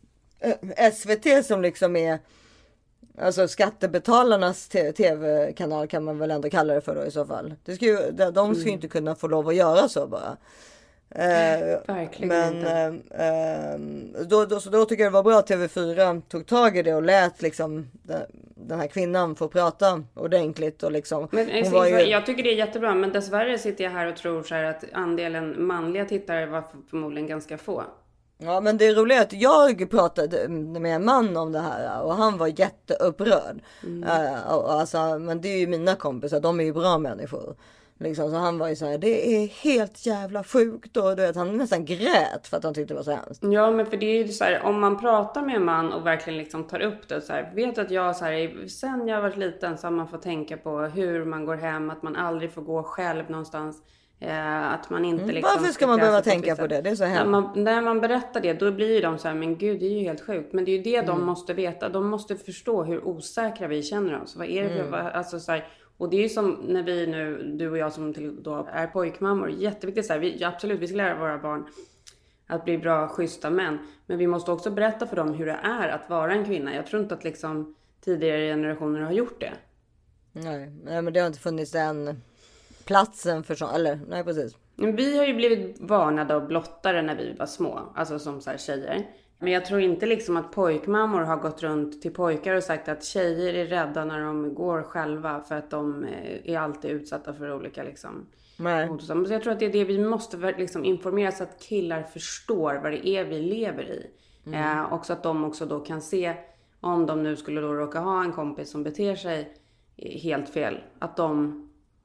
S V T som liksom är alltså skattebetalarnas tv-kanal kan man väl ändå kalla det för då i så fall. Det ska ju, de ska ju inte kunna få lov att göra så bara. Eh, Verkligen men inte. Eh, då, då, så då tycker jag det var bra att T V fyra tog tag i det och lät liksom den här kvinnan få prata ordentligt och liksom, men, hon var ju... Jag tycker det är jättebra, men dessvärre sitter jag här och tror så här att andelen manliga tittare var förmodligen ganska få. Ja, men det är roligt att jag pratade med en man om det här och han var jätteupprörd. Mm. Uh, alltså, men det är ju mina kompisar, de är ju bra människor. Liksom, så han var ju så här, det är helt jävla sjukt. Och du vet, han nästan grät för att han tyckte det var så hemskt. Ja, men för det är ju så här, om man pratar med en man och verkligen liksom tar upp det så här, vet att jag så här, sen jag var liten så har man får tänka på hur man går hem, att man aldrig får gå själv någonstans. Eh, att man inte mm, liksom varför ska man behöva tänka på det? Det är så hemskt. När man, när man berättar det, då blir ju de så här, men gud, det är ju helt sjukt. Men det är ju det mm. de måste veta. De måste förstå hur osäkra vi känner oss. Vad är det för, mm. alltså så här, och det är ju som när vi nu, du och jag som till då är pojkmammor, jätteviktigt så här, vi, absolut, vi ska lära våra barn att bli bra, schyssta män. Men vi måste också berätta för dem hur det är att vara en kvinna. Jag tror inte att liksom tidigare generationer har gjort det. Nej, nej men det har inte funnits den platsen för så, eller nej precis. Vi har ju blivit varnade och blottare när vi var små, alltså som så här tjejer. Men jag tror inte liksom att pojkmammor har gått runt till pojkar och sagt att tjejer är rädda när de går själva för att de är alltid utsatta för olika liksom. Nej. Så jag tror att det är det vi måste liksom informera så att killar förstår vad det är vi lever i. Mm. Eh, och så att de också då kan se om de nu skulle då råka ha en kompis som beter sig helt fel, att de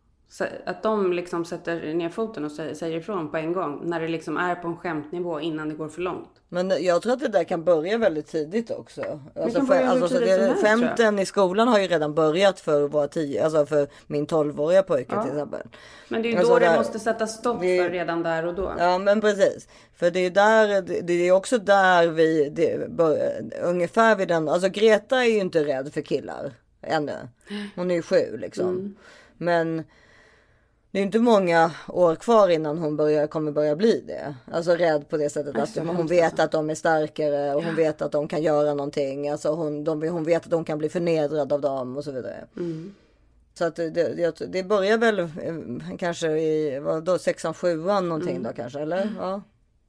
att de liksom sätter ner foten och säger ifrån på en gång när det liksom är på en skämtnivå innan det går för långt. Men jag tror att det där kan börja väldigt tidigt också. Alltså, för, alltså så det, helst, skämten i skolan har ju redan börjat för våra tio, alltså för min tolvåriga pojke ja. till exempel. Men det är ju alltså då där, det måste sätta stopp det, för redan där och då. Ja men precis. För det är där, det är också där vi, det börjar, ungefär vid den, alltså Greta är ju inte rädd för killar ännu. Hon är ju sju liksom. Mm. Men det är inte många år kvar innan hon börjar, kommer börja bli det. Alltså rädd på det sättet att alltså, hon vet alltså. att de är starkare och hon vet att de kan göra någonting. Alltså hon, de, hon vet att de kan bli förnedrad av dem och så vidare. Mm. Så att det, det, det börjar väl kanske i vad då, sexan, sjuan någonting mm. då kanske, eller? Ja.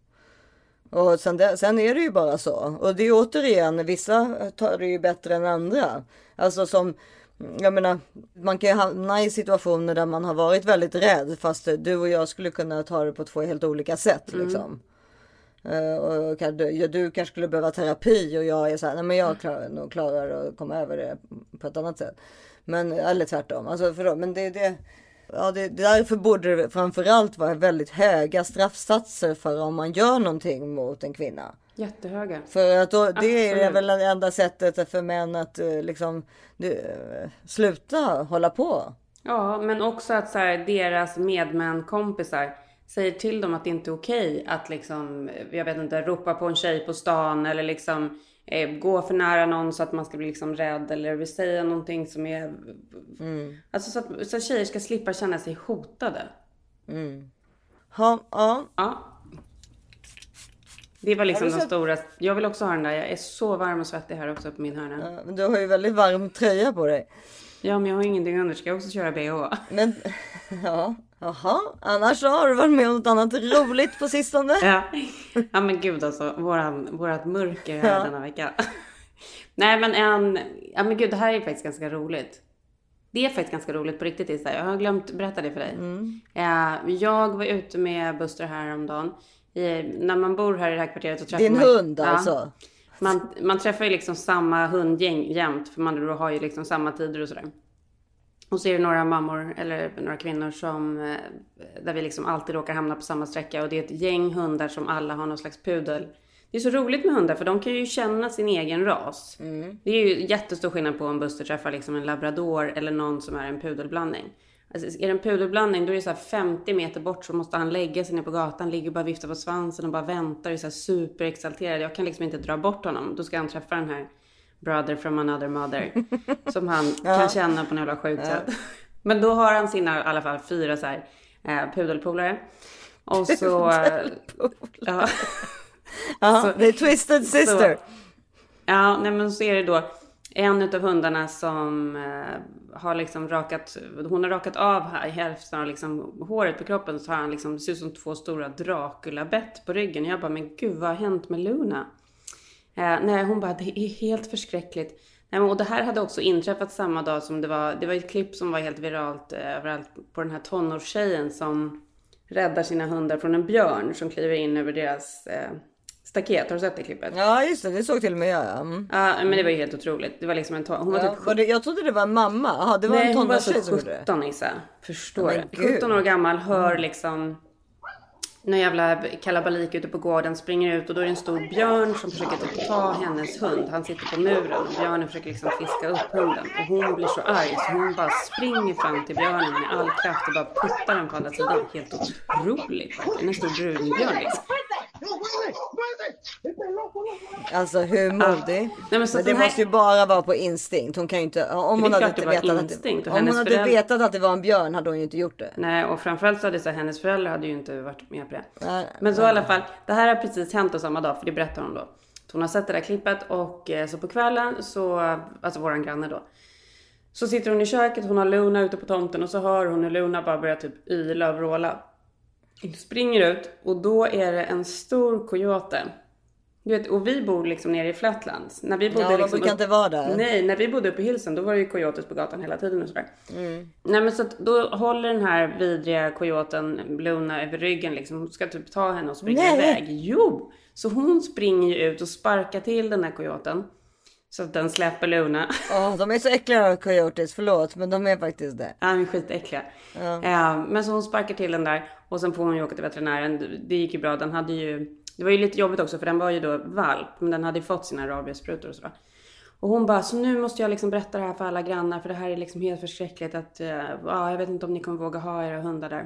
Och sen, det, sen är det ju bara så. Och det är återigen, vissa tar det ju bättre än andra. Alltså som... Jag menar, man kan ju hamna i situationer där man har varit väldigt rädd fast du och jag skulle kunna ta det på två helt olika sätt liksom. Mm. Uh, och kan du, ja, du kanske skulle behöva terapi och jag är så här, nej men jag klarar, nog klarar att komma över det på ett annat sätt. Men, eller tvärtom. Alltså för, men det, det, ja, det, därför borde det framförallt vara väldigt höga straffsatser för om man gör någonting mot en kvinna. Jättehöga. För att då, det är väl det enda sättet för män att liksom det, sluta hålla på. Ja, men också att så här, deras medmän, kompisar säger till dem att det inte är okej att liksom, jag vet inte, ropa på en tjej på stan eller liksom eh, gå för nära någon så att man ska bli liksom rädd eller vill säga någonting som är mm. alltså så att, så att tjejer ska slippa känna sig hotade. Mm. Ha, ja. Ja. Det var liksom den stora. Jag vill också ha den där. Jag är så varm och svettig här också på min hörna. Ja, men du har ju väldigt varm tröja på dig. Ja, men jag har ingenting under. Ska jag också köra B H? Men, ja. Jaha. Annars har du varit med om något annat roligt på sistone. Ja. Ja, men gud alltså. Våran, vårat mörker här ja. denna vecka. Nej, men en. Ja, men gud, det här är faktiskt ganska roligt. Det är faktiskt ganska roligt på riktigt. Istället. Jag har glömt berätta det för dig. Mm. Jag var ute med Buster här om dagen. I, när man bor här i det här kvarteret så träffar Din man... hund ja, alltså? Man, man träffar ju liksom samma hundgäng jämt. För man då har ju liksom samma tider och sådär. Och så är det några mammor eller några kvinnor som... Där vi liksom alltid råkar hamna på samma sträcka. Och det är ett gäng hundar som alla har någon slags pudel. Det är så roligt med hundar för de kan ju känna sin egen ras. Mm. Det är ju jättestor skillnad på om Buster träffar liksom en labrador eller någon som är en pudelblandning. Alltså, är det en pudelblandning då är det så här femtio meter bort så måste han lägga sig ner på gatan, ligger bara vifta på svansen och bara väntar och är så här superexalterad. Jag kan liksom inte dra bort honom. Då ska han träffa den här brother from another mother som han ja. kan känna på en jävla sjukt sätt. Ja. Men då har han sina i alla fall fyra så här eh, pudelpolare. Och så ja. Ja, så, det är Twisted Sister. Så, ja, nej men så är det då en utav hundarna som eh, har liksom rakat, hon har rakat av här i hälften av liksom håret på kroppen, så har han liksom, det ser ut som två stora Dracula-bett på ryggen. Jag bara, men gud, vad har hänt med Luna? Eh, nej, hon bara, det är helt förskräckligt. Nej, men, och det här hade också inträffat samma dag som det var, det var ett klipp som var helt viralt eh, överallt på den här tonårstjejen som räddar sina hundar från en björn som kliver in över deras eh, staket. Har du sett det klippet? Ja just det, det såg till och med jag. Ja, mm. Ja men det var ju helt otroligt. Det var liksom en to- hon var ja, typ var det, jag trodde det var en mamma. Aha, det var Nej, en hon var så tonårstjej som gjorde det. sjutton Isa. Förstår Ja, du? sjutton år gammal hör liksom någon jävla kalabalik ute på gården, springer ut och då är det en stor björn som försöker typ ta hennes hund. Han sitter på muren och björnen försöker liksom fiska upp hunden. Och hon blir så arg så hon bara springer fram till björnen med all kraft och bara puttar den på andra sidan. Helt otroligt faktiskt. En stor brunbjörn liksom. Alltså hur modig. Nej, men så men det här... måste ju bara vara på instinkt. Hon kan ju inte, om hon hade inte vetat att det, om hon hade föräldrar... vetat att det var en björn hade hon ju inte gjort det. Nej, och framförallt så hade så här, hennes föräldrar hade ju inte varit med på det. Nej, men så nej. i alla fall, det här har precis hänt och samma dag, för det berättar hon då. Hon har sett det där klippet och så på kvällen så, alltså våran granne då. Så sitter hon i köket, hon har Luna ute på tomten och så hör hon hur Luna bara börjar typ yla och vråla. Springer ut och då är det en stor kojote. Du vet, och vi bor liksom nere i Flatlands. När vi bodde ja, liksom de brukar inte vara där. Nej, när vi bodde uppe i Hilsen då var det ju kojotes på gatan hela tiden och sådär. Mm. Nej men så att då håller den här vidriga kojoten Luna över ryggen liksom. Hon ska typ ta henne och springa Nej. iväg. Jo! Så hon springer ju ut och sparkar till den här kojoten. Så att den släpper Luna. Ja, de är så äckliga coyotes, förlåt. Men de är faktiskt det. Ja, de är skitäckliga. Ja. Ja, men så hon sparkar till den där. Och sen får hon ju åka till veterinären. Det gick ju bra, den hade ju... Det var ju lite jobbigt också för den var ju då valp. Men den hade ju fått sina rabiessprutor och sådär. Och hon bara, så nu måste jag liksom berätta det här för alla grannar. För det här är liksom helt förskräckligt. Att, ja, jag vet inte om ni kommer våga ha era hundar där.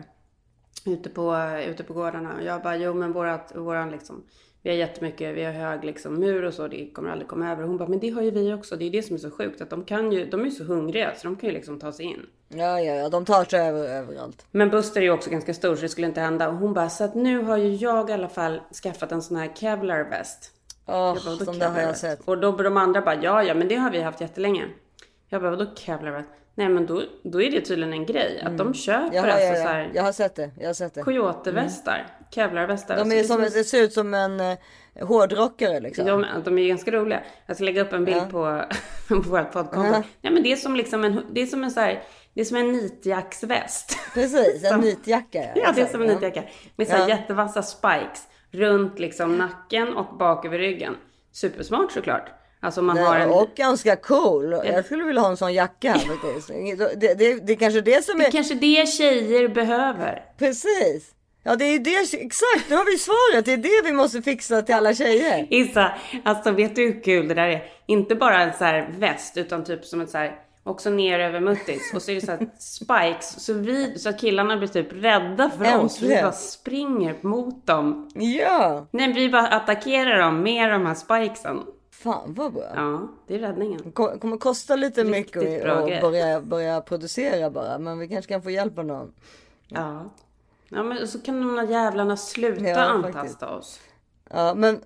Ute på, ute på gårdarna. Och jag bara, jo men vårat, våran liksom... Vi har jättemycket, vi har hög liksom mur och så, det kommer aldrig komma över. Och hon bara, men det har ju vi också. Det är det som är så sjukt. Att de kan ju, de är ju så hungriga så de kan ju liksom ta sig in. Ja, ja, ja, de tar sig över, överallt. Men Buster är ju också ganska stor så det skulle inte hända. Och hon bara, så att nu har ju jag i alla fall skaffat en sån här Kevlar väst. Ja, oh, som det har jag sett. Och då de andra bara, ja, ja, men det har vi haft jättelänge. Jag bara, vadå Kevlar väst? Nej, men då, då är det tydligen en grej. Att mm. de köper Jaha, alltså ja, ja. så här... Jag har sett det, jag har sett det. Coyote-västar, mm. Kevlar-västar. De är som, det ser ut som en eh, hårdrockare liksom. De, de är ganska roliga. Jag ska lägga upp en bild ja. på, på vårt poddkonto. Ja. Nej, men det är som liksom en, det är som en så här, det är som en nitjacksväst. Precis, en nitjacka. Ja, ja det är som en nitjacka. Med så här ja. jättevassa spikes runt liksom nacken och bak över ryggen. Supersmart såklart. Alltså man Nej, har en... Och ganska cool. Jag skulle vilja ha en sån jacka faktiskt. Det, det, det är kanske det som är... Det är kanske det tjejer behöver. Precis. Ja, det är det, exakt, nu har vi svaret. Det är det vi måste fixa till alla tjejer. Issa, alltså vet du hur kul det där är? Inte bara en så här väst, utan typ som ett så här, också ner över muttis. Och så är det så här spikes, så, vi, så att killarna blir typ rädda för Äntligen. oss. Vi bara springer mot dem. Ja. Nej, vi bara attackerar dem med de här spikesen. Fan vad bra. Ja, det är räddningen. Det kommer Kom kosta lite Riktigt mycket att börja, börja producera bara. Men vi kanske kan få hjälp av någon. Ja. Ja, men så kan de här jävlarna sluta ja, antasta faktiskt. oss. Ja, men...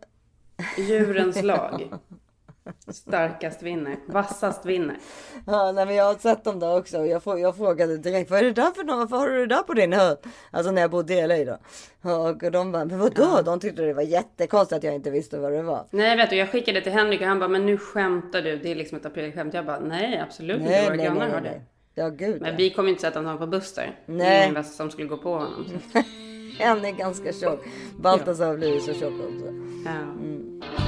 Djurens lag. Starkast vinner. Vassast vinner. Ja, nej, men jag har sett dem där också. Jag, jag frågade direkt, vad är det där för något? Varför har du det där på din hund? Alltså när jag bodde i L A då. Och de bara, men vadå? Ja. De tyckte det var jättekonstigt att jag inte visste vad det var. Nej, vet du, jag skickade till Henrik och han bara, men nu skämtar du. Det är liksom ett aprilskämt. Jag bara, nej, absolut inte. Våra grannar har det. Ja, gud. Men ja. vi kommer inte sätta honom på Buster. Nej. Det är ingen väst som skulle gå på honom. En är ganska tjock. Baltasar har blivit så tjock också. Ja. Mm.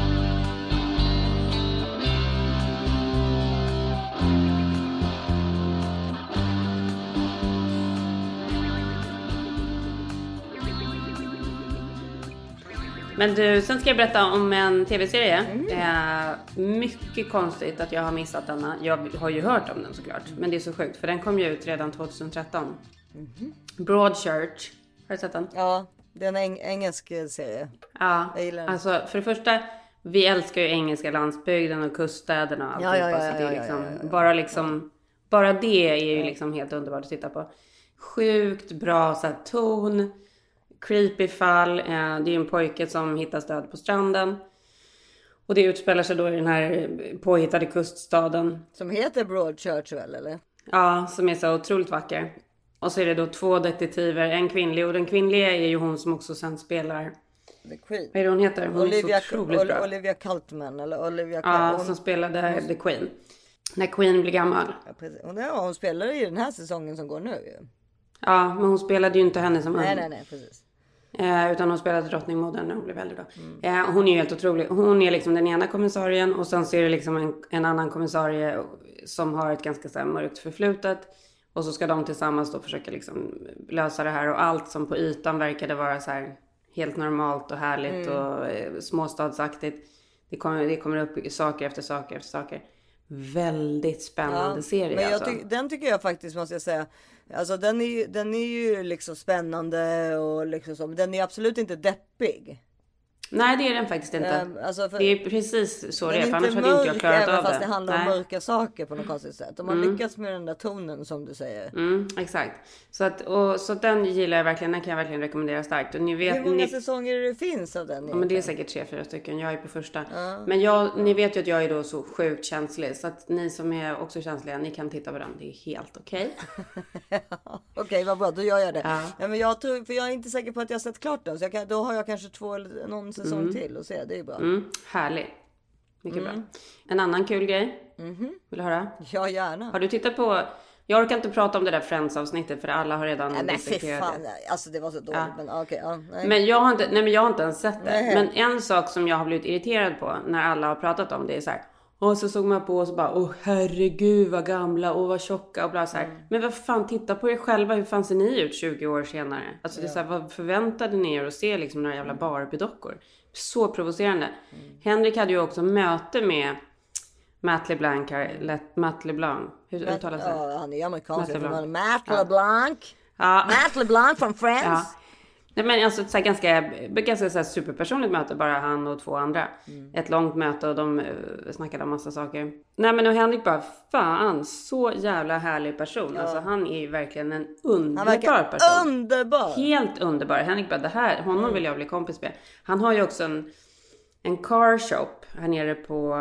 Men du, sen ska jag berätta om en tv-serie. Mm. Det är mycket konstigt att jag har missat denna. Jag har ju hört om den såklart. Men det är så sjukt, för den kom ju ut redan tjugohundratretton. Mm. Broadchurch. Har du sett den? Ja, det är en eng- engelsk serie. Ja, alltså för det första, vi älskar ju engelska landsbygden och kuststäderna och allt. Ja, ja, ja, så det är liksom, ja, ja, ja. bara liksom, bara det är ju liksom helt underbart att titta på. Sjukt bra så här, ton. Creepy fall. Det är en pojke som hittas död på stranden. Och det utspelar sig då i den här påhittade kuststaden. Som heter Broadchurch väl, eller? Ja, som är så otroligt vacker. Och så är det då två detektiver, en kvinnlig. Och den kvinnliga är ju hon som också sen spelar... The Queen. Vad är det hon heter? Hon Olivia, är så otroligt bra. Olivia Coltman, eller Olivia Ja, hon... som spelade hon... The Queen. När Queen blir gammal. Ja, precis. Hon, ja, hon spelar i den här säsongen som går nu ju. Ja, men hon spelade ju inte henne som Nej, hon. nej, nej, precis. Eh, utan hon spelade drottningmodern när hon blev äldre då. Mm. Eh, hon är ju helt otrolig. Hon är liksom den ena kommissarien och sen så är det liksom en, en annan kommissarie som har ett ganska så här mörkt förflutet. Och så ska de tillsammans då försöka liksom lösa det här. Och allt som på ytan verkade vara så här helt normalt och härligt mm. och eh, småstadsaktigt. Det kommer, det kommer upp saker efter saker efter saker. Väldigt spännande ja, serie. Men jag alltså. ty- den tycker jag faktiskt, måste jag säga. Alltså den är ju, den är ju liksom spännande och liksom så. Men den är absolut inte deppig. Nej, det är den faktiskt inte. Um, alltså för, det är precis så det är. För annars hade inte jag klarat även av fast det. det handlar Nej. om mörka saker på något konstigt sätt. De har Mm. lyckats med den där tonen som du säger. Mm, exakt. Så, att, och, så den gillar jag verkligen. Den kan jag verkligen rekommendera starkt. Och ni vet, Hur många ni... säsonger det finns av den? Ja, men det är säkert tre, fyra stycken. Jag är på första. Uh. Men jag, ni vet ju att jag är då så sjukt känslig. Så att ni som är också känsliga, ni kan titta på den. Det är helt okej. Okay. Okej, okay, vad bra. Då gör jag det. Ja. Ja, men jag tror, för jag är inte säker på att jag har sett klart den. Så jag kan, då har jag kanske två eller någon säsong Mm. till och se. Det är bra. Mm, härlig. Mycket Mm. bra. En annan kul grej. Mm-hmm. Vill du höra? Ja, gärna. Har du tittat på... Jag orkar inte prata om det där Friends-avsnittet för alla har redan Nej, men fy dissekerat fan. det. Alltså det var så dåligt. Ja. Men okej. Okay, ja, nej. Men jag har inte, nej men jag har inte ens sett det. Nej. Men en sak som jag har blivit irriterad på när alla har pratat om det är så här. Och så såg man på och så bara, åh herregud vad gamla och vad tjocka och bla så här. Mm. Men vad fan, titta på er själva, hur fan ser ni ut tjugo år senare? Alltså det är så här, vad förväntade ni er att se liksom några jävla Barbie-dockor? Så provocerande. Mm. Henrik hade ju också möte med Matt LeBlanc här, Matt LeBlanc. Hur Matt, uttalas det? Ja, han är amerikansk. Matt LeBlanc. Matt Ja. LeBlanc. Ja. Matt LeBlanc från Friends. Ja. Nej, men alltså ett så här ganska, ganska så här superpersonligt möte, bara han och två andra. Mm. Ett långt möte och de uh, snackade om massa saker. Nej men och Henrik bara, fan, så jävla härlig person. Ja. Alltså han är ju verkligen en underbar person. Underbar. Helt underbar. Henrik bara, det här, honom mm. vill jag bli kompis med. Han har ju också en, en car shop här nere på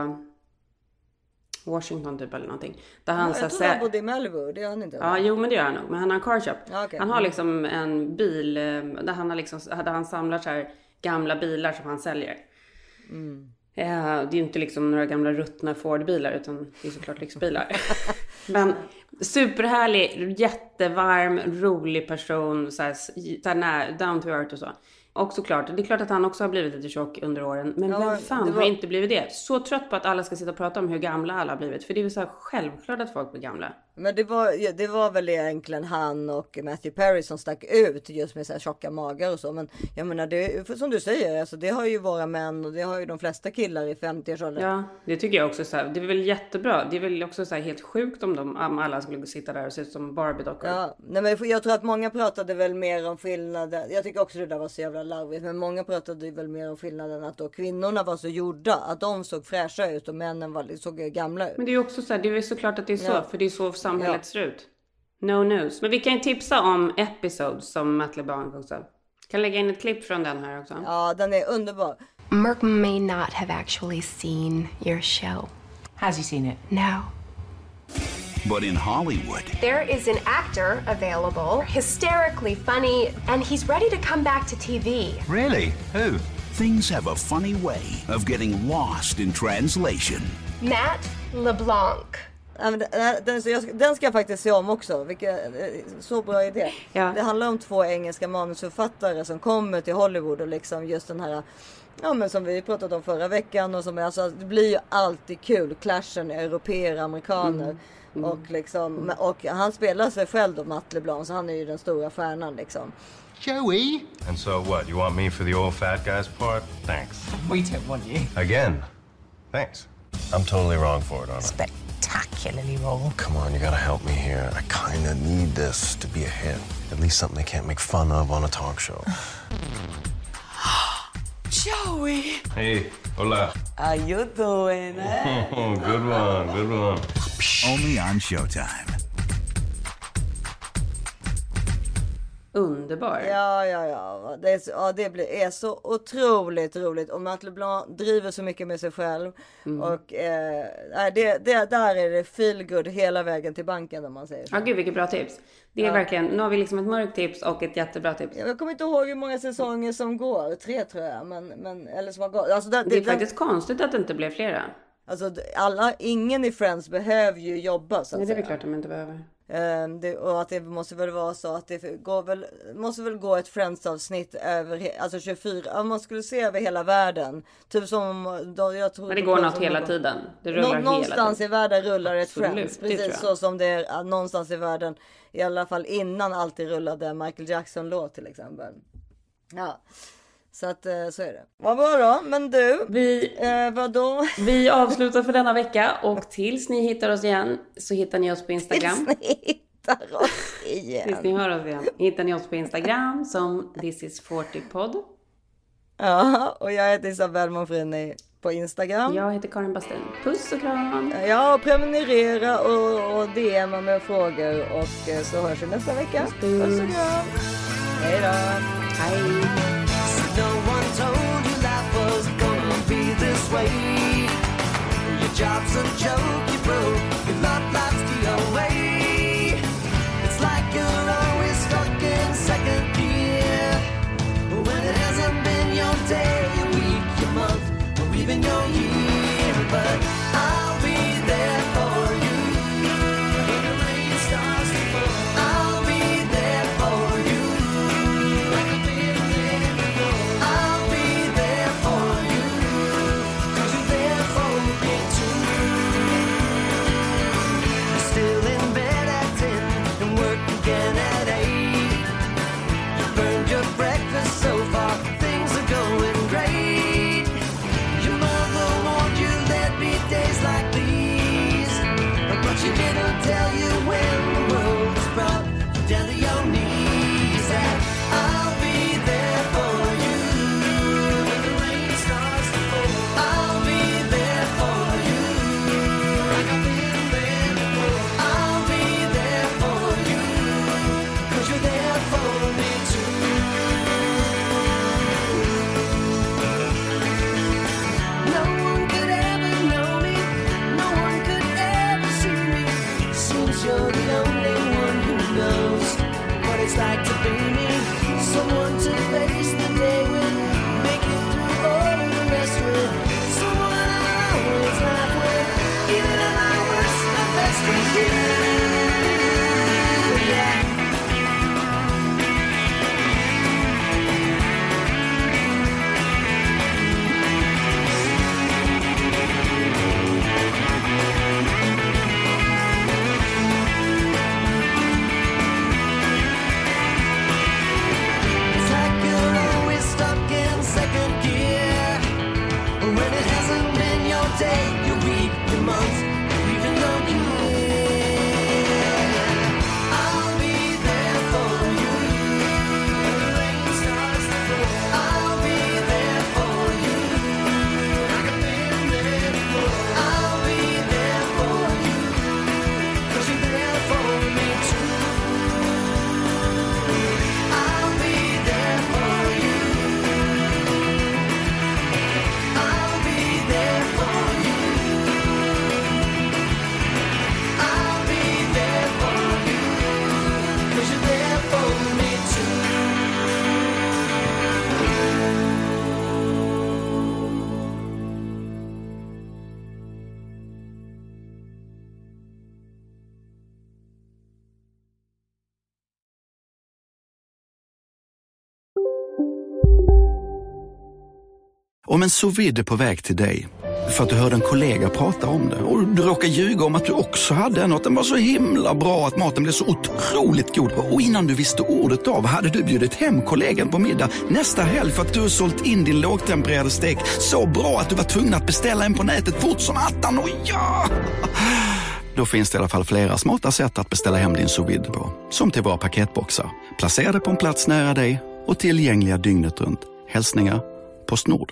Washington typ eller någonting. Där han, ja, så jag tror han bodde i Malibu, det gör han inte. Ja, jo men det gör han nog. Men han har en car shop. Ja, okay. Han har liksom en bil där han har liksom, där han samlar så här gamla bilar som han säljer. Mm. Ja, det är ju inte liksom några gamla ruttna Ford-bilar utan det är såklart lyxbilar. Men superhärlig, jättevarm, rolig person, så här, så här down to earth och så. Och såklart, det är klart att han också har blivit lite tjock under åren. Men ja, vem fan var... har inte blivit det? Så trött på att alla ska sitta och prata om hur gamla alla har blivit. För det är väl så här självklart att folk blir gamla. Men det var, det var väl egentligen han och Matthew Perry som stack ut just med så här tjocka magar och så. Men jag menar, det, för som du säger, alltså, det har ju våra män och det har ju de flesta killar i femtioårsåldern. Ja, det tycker jag också. Så här, det är väl jättebra. Det är väl också så här helt sjukt om, de, om alla skulle sitta där och se ut som Barbie-dockor. Ja, nej, men jag tror att många pratade väl mer om skillnaden. Jag tycker också det där var så jävla larvigt. Men många pratade väl mer om skillnaden att då kvinnorna var så gjorda. Att de såg fräscha ut och männen var, såg gamla ut. Men det är ju också så här, det är väl såklart att det är så. Ja. För det är så samhället ja. ser ut. No news. Men vi kan ju tipsa om episodes som Matt LeBlanc också. Kan lägga in ett klipp från den här också. Ja, den är underbar. Mark may not have actually seen your show. Has he seen it? No. But in Hollywood, there is an actor available, hysterically funny, and he's ready to come back to T V. Really? Who? Things have a funny way of getting lost in translation. Matt LeBlanc. Ja, men den, den, den ska jag faktiskt se om också. Vilken, så bra idé. Ja. Det handlar om två engelska manusförfattare som kommer till Hollywood och liksom just den här, ja men som vi pratade om förra veckan och som är, alltså, det blir ju alltid kul, clashen europeer och amerikaner. Mm. Mm. Och liksom, och han spelar sig själv då, Matt LeBlanc, så han är ju den stora stjärnan liksom. Joey! And so what? You want me for the old fat guy's part? Thanks. We don't want you. Again? Thanks. I'm totally wrong for it, aren't I? Spectacularly wrong. Come on, you gotta help me here. I kinda need this to be a hit. At least something they can't make fun of on a talk show. Joey! Hey, hola. How you doing, eh? Good one, good one. Only on Showtime. Underbar. Ja, ja, ja. Det är så, ja, det blir, är så otroligt roligt. Och Matt LeBlanc driver så mycket med sig själv. Mm. Och eh, det, det, där är det feel good hela vägen till banken om man säger så. Ja, gud vilket bra tips. Det är ja. verkligen, nu har vi liksom ett mörkt tips och ett jättebra tips. Jag kommer inte ihåg hur många säsonger som går. Tre tror jag. Men, men, eller som har gått. Alltså, det, det är det, faktiskt det, konstigt att det inte blev flera. Alltså alla, ingen i Friends behöver ju jobba så att Nej, det är väl säga. klart att de inte behöver. Um, det, och att det måste väl vara så att det går väl, måste väl gå ett Friends-avsnitt över, alltså tjugofyra, man skulle se över hela världen. Typ som, då, jag tror men det går något hela tiden. Det rullar nå, hela någonstans tiden. i världen rullar ett Absolut, Friends. Precis så som det är någonstans i världen. I alla fall innan alltid rullade Michael Jackson-låt till exempel. Ja. Så att så är det. Vad bra då? Men du, vi, eh, vadå? Vi avslutar för denna vecka och tills ni hittar oss igen så hittar ni oss på Instagram. Tills ni hittar oss igen. Tills ni hör oss igen. Hittar ni oss på Instagram som This is fyrtio podd. Ja, och jag heter Isabelle Monfrini på Instagram. Jag heter Karin Bastin. Puss och kram. Ja, och prenumerera och, och D M med frågor och så hörs vi nästa vecka. Puss, puss och kram. Hej då. Hej. No one told you life was gonna be this way. Your job's a joke, you broke. Your love life's the way. It's like you're always stuck in second gear. When it hasn't been your day, your week, your month, or even your year. But I'll be there for you. When the rain starts to fall, I'll be there for you. Like I've been there before. I'll be there for you. 'Cause you're there for me too. You're still in bed at ten and work again at eight. You burned your breakfast so far, things are going great. Your mother warned you there'd be days like these, but she didn't tell you when the world was brought you down to your knees. And I'll be there for you when the rain starts to fall. I'll be there for you like I've been there before. I'll be there for you 'cause you're there for me too. No one could ever know me, no one could ever see me. Seems you're the only one who knows what it's like to be me. Someone to face the day with, make it through all of the rest with. Someone I always laugh with, even at my worst, my best with you. Yeah. It's like you're always stuck in second gear. When it hasn't been your day, your week, your month, or even your year. I'll be there for you when the rain starts to fall. I'll be there for you like I've been there before. I'll be there for you 'cause you're there for me too. I'll be there for you. I'll be there for you. I'll be there for you 'cause you're there for me too. Om en sous vide är på väg till dig för att du hörde en kollega prata om det och du råkar ljuga om att du också hade en och att den var så himla bra att maten blev så otroligt god. Och innan du visste ordet av hade du bjudit hem kollegan på middag nästa helg för att du har sålt in din lågtempererade stek så bra att du var tvungen att beställa en på nätet fort som attan. Och ja! Då finns det i alla fall flera smarta sätt att beställa hem din sous vide på. Som till våra paketboxar. Placerade på en plats nära dig och tillgängliga dygnet runt. Hälsningar Postnord.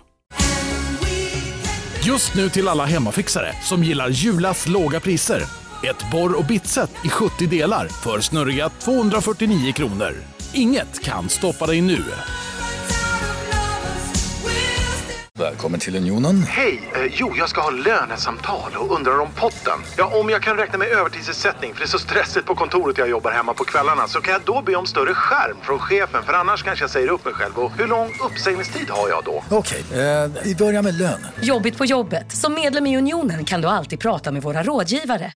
Just nu till alla hemmafixare som gillar Julas låga priser. Ett borr- och bitset i sjuttio delar för snurriga tvåhundrafyrtionio kronor. Inget kan stoppa dig nu. Välkommen till Unionen. Hej, eh, jo jag ska ha lönesamtal och undrar om potten. Ja, om jag kan räkna med övertidsersättning för det är så stressigt på kontoret jag jobbar hemma på kvällarna så kan jag då be om större skärm från chefen för annars kanske jag säger upp mig själv. Och hur lång uppsägningstid har jag då? Okej, eh, vi börjar med lön. Jobbigt på jobbet. Som medlem i Unionen kan du alltid prata med våra rådgivare.